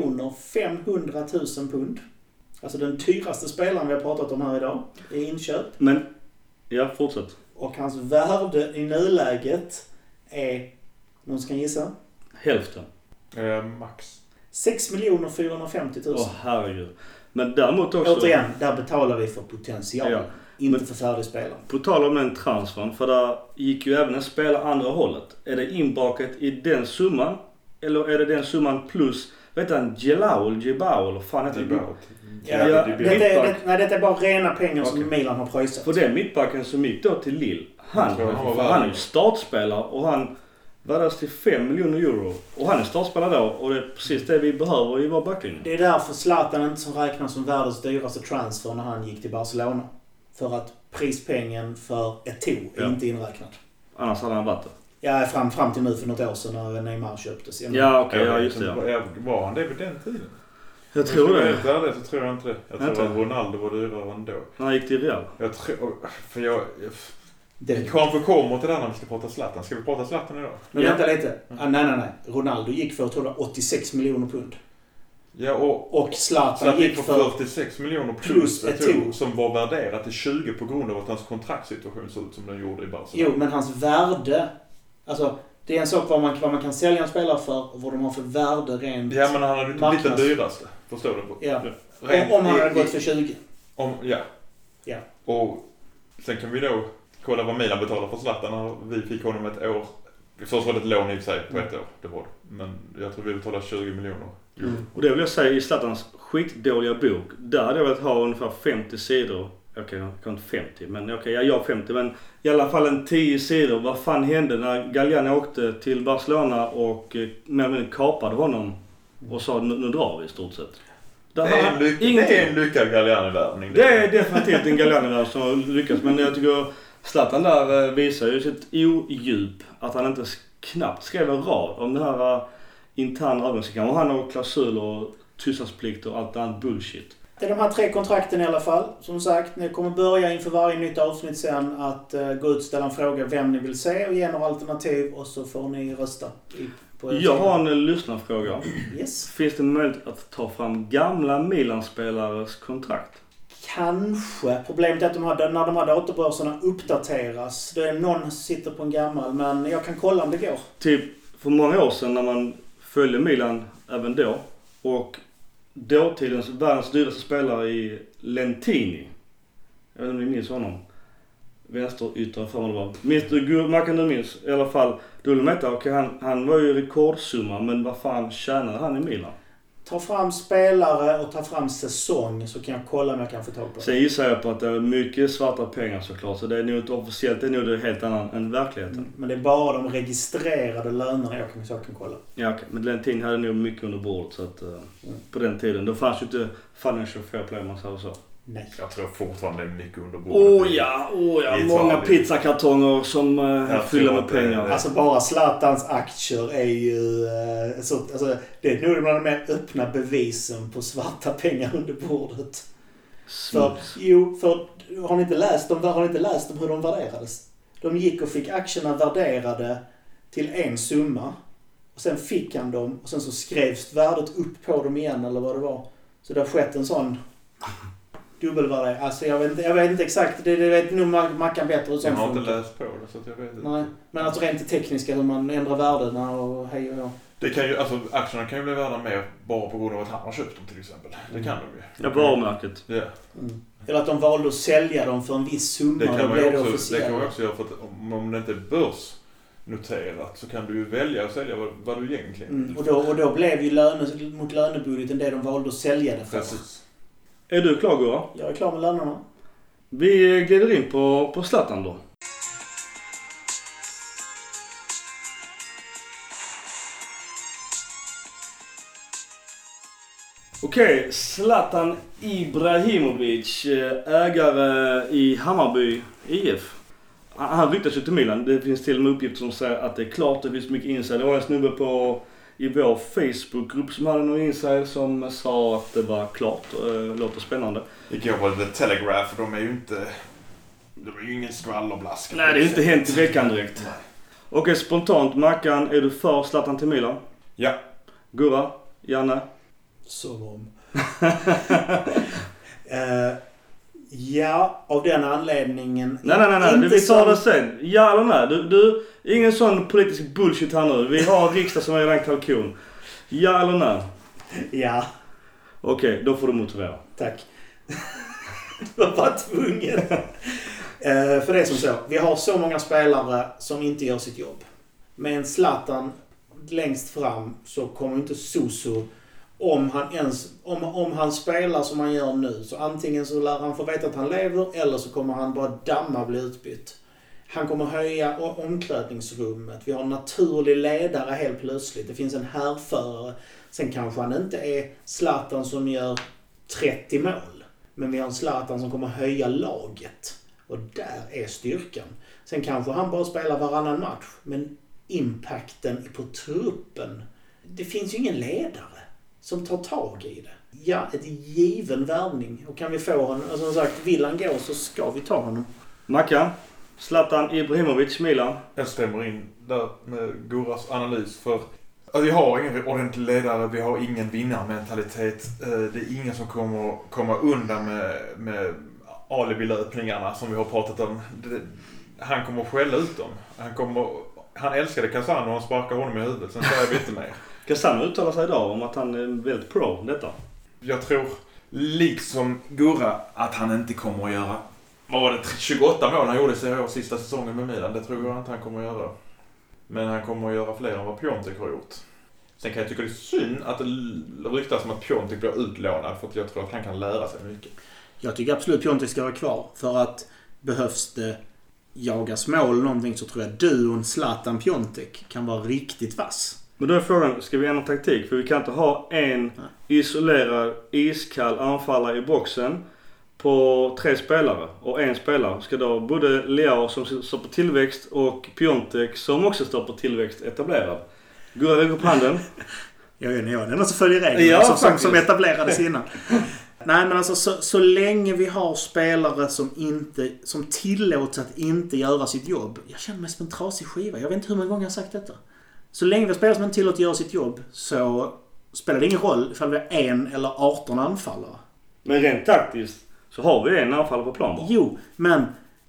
500 000 pund. Alltså den dyraste spelaren vi har pratat om här idag i inköp. Men, ja, fortsätt. Och hans värde i nuläget är, någon ska gissa? Hälften. Max. 6 450 000. Åh, herregud. Men däremot också... Återigen, där betalar vi för potential. Ja. Inte för färdig spelare. På tal om den transfern, för där gick ju även en spelare andra hållet. Är det inbakat i den summan? Eller är det den summan plus, vet du, en Gelao eller fan heter det? Detta är bara rena pengar som Milan har pröjsat. För den mittbacken som gick då till Lille, han är ju startspelare och värderas till 5 miljoner euro. Och han är startspelare då. Och det är precis det vi behöver i vår backlinje. Det är därför Zlatan inte som räknas som världens dyraste transfer när han gick till Barcelona. För att prispengen för Eto'o är inte inräknad. Annars hade han varit det. Ja, fram till nu för något år sedan när Neymar köptes. Ja, okej. Ja, just det. Ja. Var han det vid den tiden? Jag tror det. Så tror jag inte det. Jag tror att Ronaldo var dyrare ändå. Han gick till Real. Jag tror... Vi kanske kommer till det när vi ska prata Zlatan. Ska vi prata Zlatan idag? Men vänta lite. Nej. Ronaldo gick för, jag tror det var 86 miljoner pund. Ja, och Zlatan gick för 46 miljoner plus Eto'o som var värderat till 20 på grund av att hans kontraktssituation såg ut som den gjorde i Barcelona. Jo, men hans värde... Alltså, det är en sak vad man kan sälja en spelare för och vad de har för värde rent. Ja, men han hade inte blivit den dyraste. Förstår du? Ja. Om han hade gått för 20. Ja. Och sen kan vi då kolla vad Milan betalar för Zlatan när vi fick honom ett år. Först var det ett lån i sig på ett år. Det var det. Men jag tror vi betalar 20 miljoner. Och det vill jag säga i Zlatans skitdåliga bok. Där hade jag velat ha ungefär 50 sidor. Okej, jag kan inte 50. Men jag har 50. Men i alla fall en 10 sidor. Vad fan hände när Galliani åkte till Barcelona och med kapade honom och sa nu drar vi i stort sett. Det är en lyckad Galliani-värvning. Det är definitivt en Galliani-värvning som har lyckats. Men jag tycker Zlatan där visar ju sitt odjup. Att han inte knappt skrev en rad om den här interna överenskommelsen. Och han har klausuler och tystnadsplikt och allt annat bullshit. Det är de här 3 kontrakten i alla fall. Som sagt, ni kommer börja inför varje nytt avsnitt sen att gå ut och ställa en fråga vem ni vill se och ge några alternativ och så får ni rösta. Jag har en lyssnarfråga. Yes. Finns det möjlighet att ta fram gamla Milan-spelares kontrakt? Kanske. Problemet är att när de här datorbörserna uppdateras, då är någon som sitter på en gammal, men jag kan kolla om det går. Typ för många år sedan när man följde Milan även då och dåtidens världens dyraste spelare i Lentini. Jag vet inte om ni minns honom. Vänsterytter för det var. Man kan du minns i alla fall. Han var ju rekordsumma, men vad fan tjänade han i Milan? Ta fram spelare och ta fram säsong så kan jag kolla om jag kan få tag på det. Sen gissar jag på att det är mycket svarta pengar såklart. Så det är nog inte officiellt, det är nog helt annan än verkligheten. Men det är bara de registrerade lönerna jag kan kolla. Ja okej. Men Lentini hade nog mycket under bordet så att på den tiden. Då fanns ju inte financial fair play man sa så. Nej. Jag tror fortfarande det är mycket under bordet. Ja. Många pizzakartonger som fyller med pengar. Alltså bara Zlatans aktier är ju... det är nog de mer öppna bevisen på svarta pengar under bordet. För har ni inte läst om hur de värderades? De gick och fick aktierna värderade till en summa. Och sen fick han dem och sen så skrevs värdet upp på dem igen eller vad det var. Så det har skett en sån... dubbelvärde. Alltså jag vet inte exakt. Det vet nog Mackan bättre. Jag har inte läst på det så att jag vet inte. Nej, men alltså rent tekniska hur man ändrar värdena och hej och ja. Det kan ju, alltså aktierna kan ju bli värda mer bara på grund av att han har köpt dem till exempel. Det kan de ju. Ja, varumärket. Ja. Eller att de valde att sälja dem för en viss summa. Det kan man också göra för att om det inte är börsnoterat så kan du ju välja att sälja vad du egentligen vill. Och då blev ju mot lönebudgeten det de valde att sälja det för. Precis. Är du klar, Gura? Jag är klar med lönerna. Vi glider in på Zlatan då. Okej, Zlatan Ibrahimovic, ägare i Hammarby IF. Han ryktas ju till Milan. Det finns till och med uppgifter som säger att det är klart. Det finns mycket inside. Det var en snubbe i vår Facebookgrupp som hade någon inside som sa att det var klart. Låter spännande. Igår var det The Telegraph. De är ju ingen skvallerblask. Nej, det är inte hänt i veckan direkt. Okej, spontant. Mackan, är du för Zlatan till Milan? Ja. Gurra? Janne? Som om. Ja, av den anledningen. Nej. Vi tar det sen. Ja eller nej? Du ingen sån politisk bullshit här nu. Vi har riksdag som är redan kalkon. Ja eller nej? Ja. Okej, då får du motivera. Tack. Du var bara tvungen. För det är som så. Vi har så många spelare som inte gör sitt jobb. Med en Zlatan längst fram så kommer inte Suso om han spelar som han gör nu, så antingen så lär han få veta att han lever eller så kommer han bara bli utbytt. Han kommer höja omklädningsrummet. Vi har en naturlig ledare helt plötsligt. Det finns en härförare. Sen kanske han inte är Zlatan som gör 30 mål. Men vi har en Zlatan som kommer höja laget. Och där är styrkan. Sen kanske han bara spelar varannan match. Men impacten på truppen. Det finns ju ingen ledare som tar tag i det. Ja, ett given värvning. Och kan vi få honom, alltså som sagt, vill han gå så ska vi ta honom. Mackan, Zlatan Ibrahimovic, Milan. Jag stämmer in där med Guras analys. För vi har ingen ordentlig ledare, vi har ingen vinnarmentalitet. Det är ingen som kommer komma undan med alibi-löpningarna som vi har pratat om. Han kommer skälla ut dem. Han älskade Cassano och han sparkar honom i huvudet. Sen säger vi inte mer. Cassano uttalar sig idag om att han är väldigt pro detta. Jag tror, liksom Gurra, att han inte kommer att göra... Vad var det? 28 mål han gjorde sig sista säsongen med Milan. Det tror jag inte han kommer att göra. Men han kommer att göra fler än vad Piontek har gjort. Sen kan jag tycka det är synd att det ryktas som att Piontek blir utlånad. För att jag tror att han kan lära sig mycket. Jag tycker absolut Piontek ska vara kvar. För att behövs det jagas mål någonting så tror jag duon Zlatan Piontek kan vara riktigt vass. Men då är frågan, ska vi ändra taktik? För vi kan inte ha en isolerad, iskall anfallare i boxen på 3 spelare. Och en spelare ska då både Leao som står på tillväxt och Piontek som också står på tillväxt etablerad. Gurra lägger upp handen. Jag är den som följer reglerna som etablerades innan. Nej, men alltså så länge vi har spelare som tillåts att inte göra sitt jobb. Jag känner mig som en trasig skiva. Jag vet inte hur många gånger jag har sagt detta. Så länge vi har spelare som inte tillåts göra sitt jobb så spelar det ingen roll ifall vi har 1 eller 18 anfallare. Men rent taktiskt så har vi en anfallare på plan. Jo, men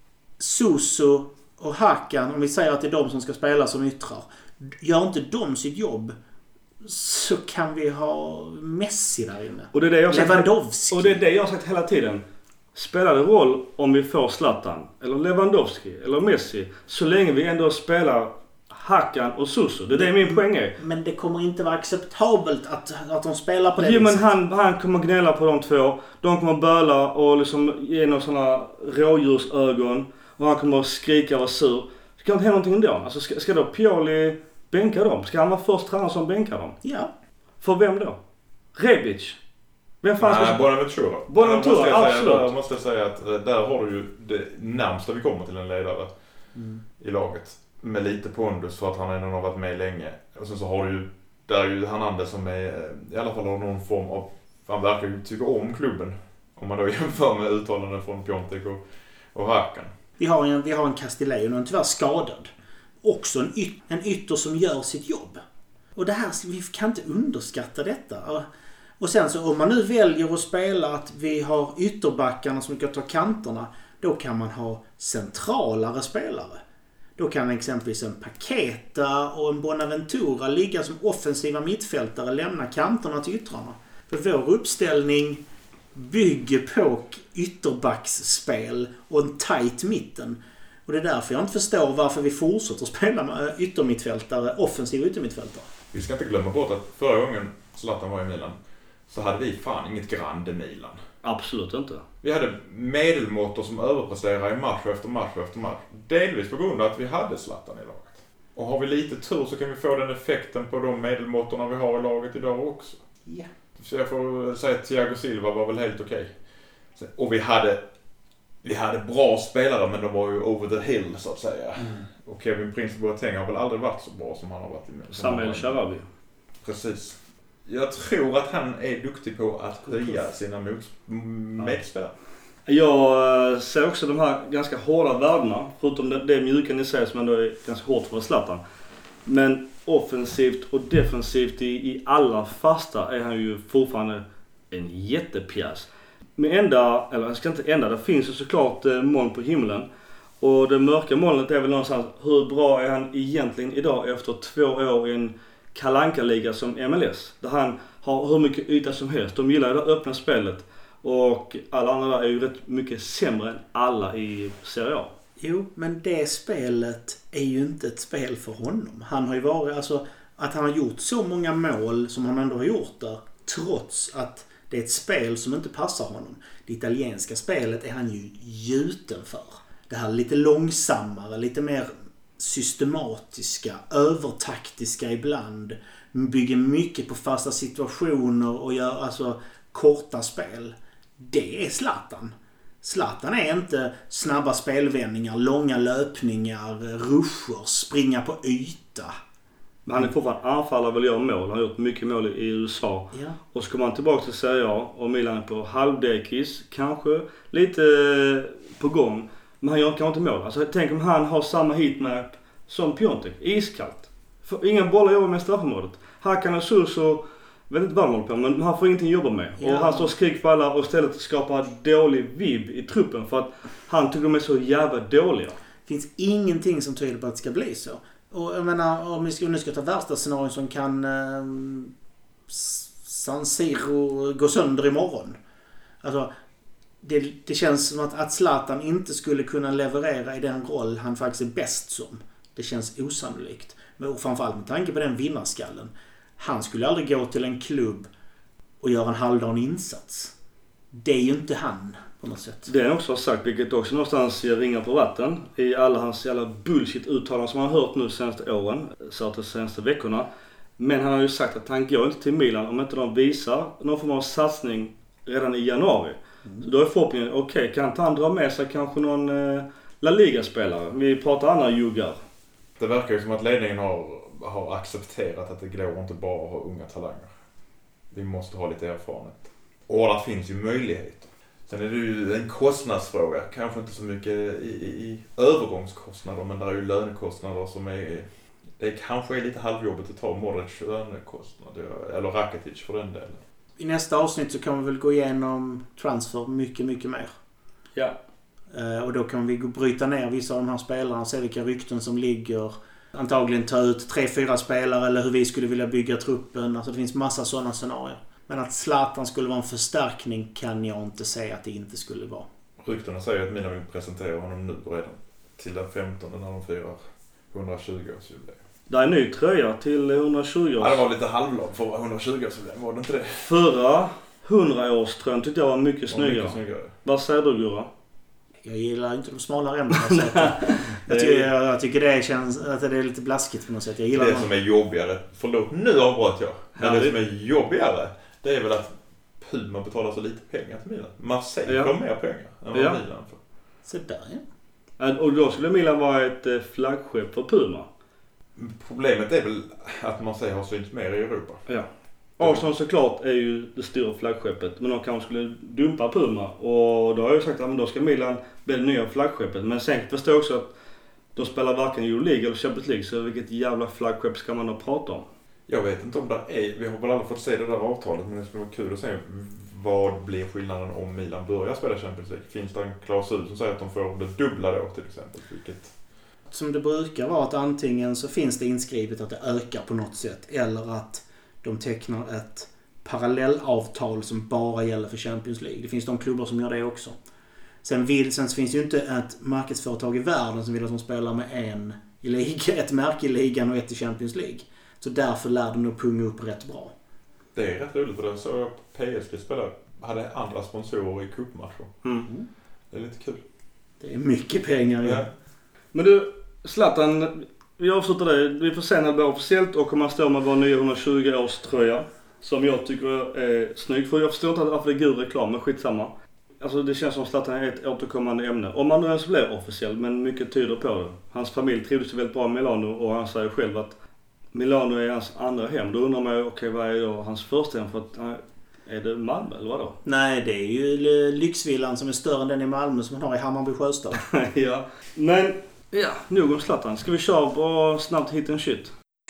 Suso och Hakan, om vi säger att det är de som ska spela som yttrar. Gör inte de sitt jobb så kan vi ha Messi där inne. Och det är det jag har sagt, Lewandowski. och det är det jag har sagt hela tiden. Spelar det roll om vi får Zlatan eller Lewandowski eller Messi så länge vi ändå spelar Hakan och Suso. Det är det min poäng är. Men det kommer inte vara acceptabelt att de spelar på det viset. Men han kommer gnälla på de två. De kommer böla och liksom ge några sådana rådjursögon. Och han kommer skrika och vara sur. Det kan inte hända någonting ändå. Alltså ska då Pioli bänka dem? Ska han vara först tränare som bänkar dem? Ja. För vem då? Rebic? Vem fan ska... Bonaventura. Bonaventura, absolut. Jag måste säga att där har du ju det närmsta vi kommer till en ledare i laget. Med lite pondus för att han ändå har varit med länge. Och sen så har du ju, där är ju Hernandez som är, i alla fall har någon form av, han verkar ju tycka om klubben. Om man då jämför med uttalanden från Piontek och Hakan. Vi har en Castillejo och en tyvärr skadad. Också en ytter som gör sitt jobb. Och det här, vi kan inte underskatta detta. Och sen så om man nu väljer att spela att vi har ytterbackarna som kan ta kanterna. Då kan man ha centralare spelare. Då kan exempelvis en Paqueta och en Bonaventura ligga som offensiva mittfältare, lämna kanterna till yttrarna. För vår uppställning bygger på ytterbacksspel och en tight mitten. Och det är därför jag inte förstår varför vi fortsätter spela med yttermittfältare, offensiva yttermittfältare. Vi ska inte glömma bort att förra gången Zlatan var i Milan så hade vi fan inget grande Milan. Absolut inte. Vi hade medelmåttor som överpresterade i match efter match efter match. Delvis på grund av att vi hade Zlatan i laget. Och har vi lite tur så kan vi få den effekten på de medelmåttorna vi har i laget idag också. Ja. Så jag får säga att Thiago Silva var väl helt okej. Och vi hade bra spelare men de var ju over the hill så att säga. Och Kevin Prince Boateng har väl aldrig varit så bra som han har varit i Milan. Samuel Sharawi. Precis. Jag tror att han är duktig på att höja sina medspelare. Jag ser också de här ganska hårda värdena. Förutom det mjuka ni säger som ändå är ganska hårt för Zlatan. Men offensivt och defensivt i alla fasta är han ju fortfarande en jättepjäs. Men det finns ju såklart moln på himlen. Och det mörka molnet är väl någonstans hur bra är han egentligen idag efter 2 år i en Kalanka-liga som MLS. Där han har hur mycket yta som helst. De gillar det öppna spelet. Och alla andra är ju rätt mycket sämre än alla i Serie A. Jo, men det spelet är ju inte ett spel för honom. Han har ju varit, alltså att han har gjort så många mål som han ändå har gjort där. Trots att det är ett spel som inte passar honom. Det italienska spelet är han ju gjuten för. det här lite långsammare, lite mer systematiska, övertaktiska ibland. Bygger mycket på fasta situationer och gör alltså korta spel. Det är Zlatan. Zlatan är inte snabba spelvändningar, långa löpningar, ruscher, springa på yta. Men han är fortfarande anfallare och vill göra mål. Han har gjort mycket mål i USA. Ja. Och så kommer han tillbaka till Serie A och Milan är på halvdekis. Kanske lite på gång. Men han gör kanske inte mål. Alltså tänk om han har samma heatmap som Piontek. Iskallt. För inga bollar jobbar med straffområdet. Hakan och Suso, vet inte vad han håller på men han får ingenting jobba med. Ja. Och han står och skriker på alla och istället skapar dålig vibb i truppen för att han tycker de är så jävla dåliga. Det finns ingenting som tyder på att det ska bli så. Och jag menar, om vi nu ska ta värsta scenarion som kan San Siro gå sönder imorgon. Alltså, det känns som att Zlatan inte skulle kunna leverera i den roll han faktiskt är bäst som. Det känns osannolikt. Men framförallt med tanke på den vinnarskallen. Han skulle aldrig gå till en klubb och göra en halvdan insats. Det är ju inte han på något sätt. Det är också sagt, vilket också någonstans ger ringar på vatten i alla hans jävla bullshit-uttalanden som han har hört nu de senaste åren, så att de senaste veckorna. Men han har ju sagt att han går inte till Milan om inte de visar någon form av satsning redan i januari. Så då är förhoppningen, okej, kan inte han dra med sig kanske någon La Liga-spelare? Vi pratar andra juggar. Det verkar ju som att ledningen har accepterat att det går inte bara att ha unga talanger. Vi måste ha lite erfarenhet. Och där finns ju möjligheter. Sen är det ju en kostnadsfråga. Kanske inte så mycket i övergångskostnader, men där är ju lönekostnader som är... Det kanske är lite halvjobbigt att ta Modric lönekostnader, eller Rakitic för den delen. I nästa avsnitt så kan vi väl gå igenom transfer mycket, mycket mer. Ja. Och då kan vi bryta ner vissa av de här spelarna och se vilka rykten som ligger. Antagligen ta ut 3-4 spelare eller hur vi skulle vilja bygga truppen. Alltså det finns massa sådana scenarier. Men att Zlatan skulle vara en förstärkning kan jag inte säga att det inte skulle vara. Ryktena säger att Milan vill presentera honom nu redan till den 15 när de firar 120-årsjubileum. Det är en ny tröja till 120 års. Ja, det var lite halvlag för 120-årsjubileum, var det inte det? Förra 100-årströjan tyckte jag var mycket snyggare. Vad säger du, Gura? Jag gillar inte de smala ränderna. Jag tycker det känns att det är lite blaskigt på något sätt. Jag gillar det som är jobbigare, förlåt, nu avbröt jag. Men det som är jobbigare, det är väl att Puma betalar så lite pengar till Milan. Marseille får mer pengar än vad Milan får. Så där, ja. Och då skulle Milan vara ett flaggskepp för Puma. Problemet är väl att Marseille har synts mer i Europa. Ja. Arsenal såklart är ju det stora flaggskeppet, men de kanske skulle dumpa Puma. Och då har jag sagt att då ska Milan bli det nya flaggskeppet. Men sen förstår jag också att de spelar varken Euroleague eller Champions League, så vilket jävla flaggskepp ska man då prata om? Jag vet inte om det är, vi har väl aldrig fått se det där avtalet, men det skulle vara kul att se vad blir skillnaden om Milan börjar spela Champions League. Finns det en klausul som säger att de får det dubbla då till exempel? Vilket... Som det brukar vara att antingen så finns det inskrivet att det ökar på något sätt, eller att de tecknar ett parallellavtal som bara gäller för Champions League. Det finns de klubbar som gör det också. Sen finns det ju inte ett marknadsföretag i världen som vill att de spelar med en i liga, ett märke i ligan och ett i Champions League. Så därför lär de nog punga upp rätt bra. Det är rätt roligt, för det såg jag PSG spelare hade andra sponsorer i cupmatcher. Mm. Det är lite kul. Det är mycket pengar. Ja. Men du, Zlatan, vi avslutar det. Vi får se när det blir officiellt och kommer att stå med vår nya 120-årströja. Som jag tycker är snygg. För jag förstår inte varför det är gul reklam, men skitsamma. Alltså det känns som Zlatan är ett återkommande ämne. Om man nu ens blir officiell, men mycket tyder på det. Hans familj trivs väldigt bra i Milano och han säger själv att Milano är hans andra hem. Då undrar man ju, vad är då hans första hem? För att, är det Malmö eller vadå? Nej, det är ju lyxvillan som är större än den i Malmö som man har i Hammarby Sjöstad. Ja, men nog om Zlatan. Ska vi köra på snabbt hit and shit?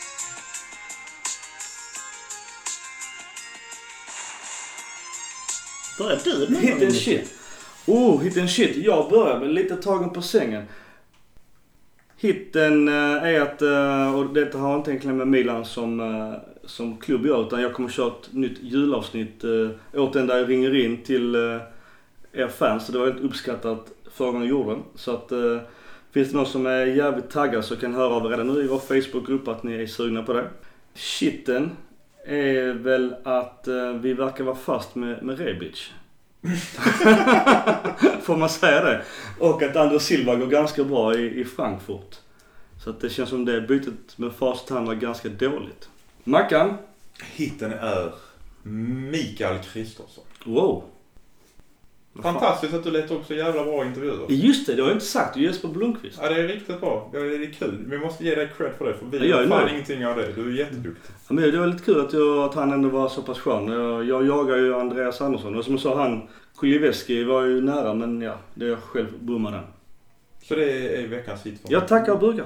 Börjar du med hit and shit? Hit and shit. Jag börjar med lite tagen på sängen. Hitten är att, och detta har inte egentligen med Milan som klubb gör, utan jag kommer köra ett nytt julavsnitt återigen där jag ringer in till er fans. Så det var väldigt uppskattat förra gången jag gjorde den. Så att finns det någon som är jävligt taggad så kan höra av redan nu i vår Facebookgrupp att ni är sugna på det. Shitten är väl att vi verkar vara fast med Rebic. Får man säga det. Och att André Silva går ganska bra i Frankfurt. Så att det känns som det bytet med facit hand var ganska dåligt. Mackan? Hitten är Mikael Kristoffersson. Wow. Fantastiskt att du letar upp så jävla bra intervjuer. Just det, det har jag inte sagt. Du är Jesper Blomqvist. Ja, det är riktigt bra. Det är kul. Vi måste ge dig cred för det. För vi jag har är fan nöjd. ingenting av det. Du är jätteduktig. Ja, men det var lite kul att han ändå var så pass skön. Jag jagar ju Andreas Andersson. Och som jag sa, han Kuliveski var ju nära. Men ja, det är jag själv bommade den. Så det är veckans hit. Jag tackar och brukar.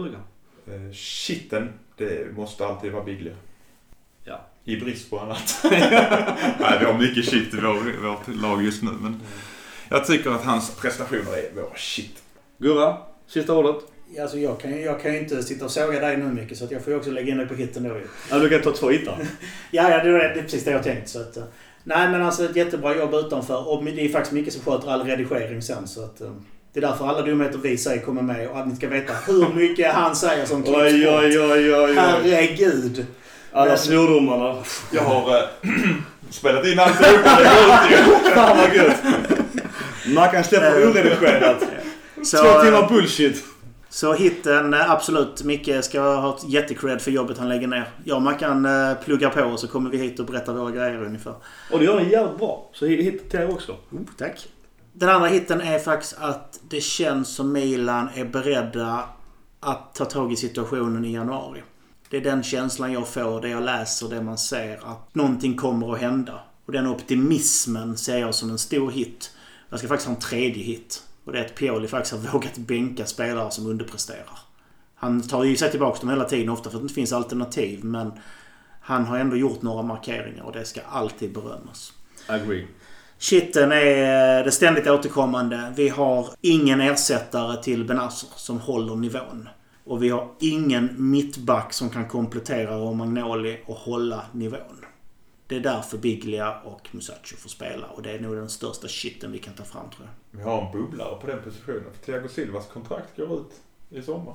Shitten, det måste alltid vara Biglia. Ja. I brist på annat. Nej, vi har mycket shit i vårt lag just nu. Men jag tycker att hans prestationer är våra shit. Gurra, sista ordet. Alltså jag kan ju inte sitta och såga dig nu mycket, så att jag får ju också lägga in dig på hitten då. Ja, du kan ta 2 hittar. Ja, det är precis det jag tänkt. Så att, nej, men alltså ett jättebra jobb utanför. Och det är faktiskt mycket som sköter all redigering sen. Så att, det är därför alla dumheter vi säger kommer med. Och att ni ska veta hur mycket han säger som klipps Oj. Herregud. Alla svordomarna. Jag har spelat in allt det upp. Fan vad gött. Man kan släppa oredigerat. 2 timmar bullshit. Så hitten, absolut. Micke ska ha ett jättecred för jobbet han lägger ner. Jag och Mackan pluggar på och så kommer vi hit och berättar våra grejer ungefär. Och det gör en jävligt bra. Så hit till er också. Tack. Den andra hitten är faktiskt att det känns som Milan är beredda att ta tag i situationen i januari. Det är den känslan jag får, det jag läser, det man ser, att någonting kommer att hända. Och den optimismen ser jag som en stor hit. Jag ska faktiskt ha en 3:e hit. Och det är att Pioli faktiskt har vågat bänka spelare som underpresterar. Han tar ju sig tillbaka dem hela tiden, ofta för att det inte finns alternativ. Men han har ändå gjort några markeringar och det ska alltid berömmas. Agree. Shitten är det ständigt återkommande. Vi har ingen ersättare till Benasser som håller nivån. Och vi har ingen mittback som kan komplettera Romagnoli och hålla nivån. Det är därför Biglia och Musacchio får spela. Och det är nog den största shitten vi kan ta fram, tror jag. Vi har en bubblare på den positionen. För Thiago Silvas kontrakt går ut i sommar.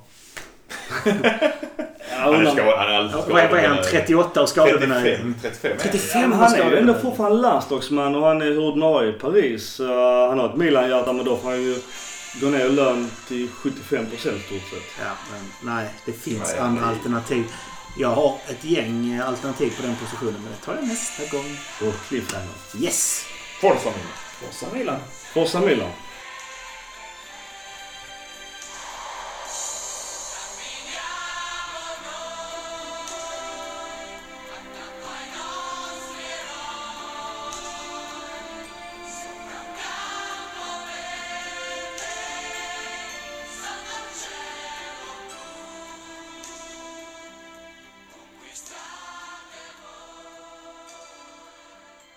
Han är han? 38 och skadebenägen? 35. Han är ju ändå fortfarande landslagsman och han är ordinarie i Paris. Han har ett Milan-hjärta, men då får han ju gå ner i lön till 75% stort sett. Ja, men nej, det finns andra alternativ. Jag har ett gäng alternativ på den positionen, men det tar jag nästa gång. Och Cliffhanger. Yes! Forza Milan. Forza Milan. Forza Milan.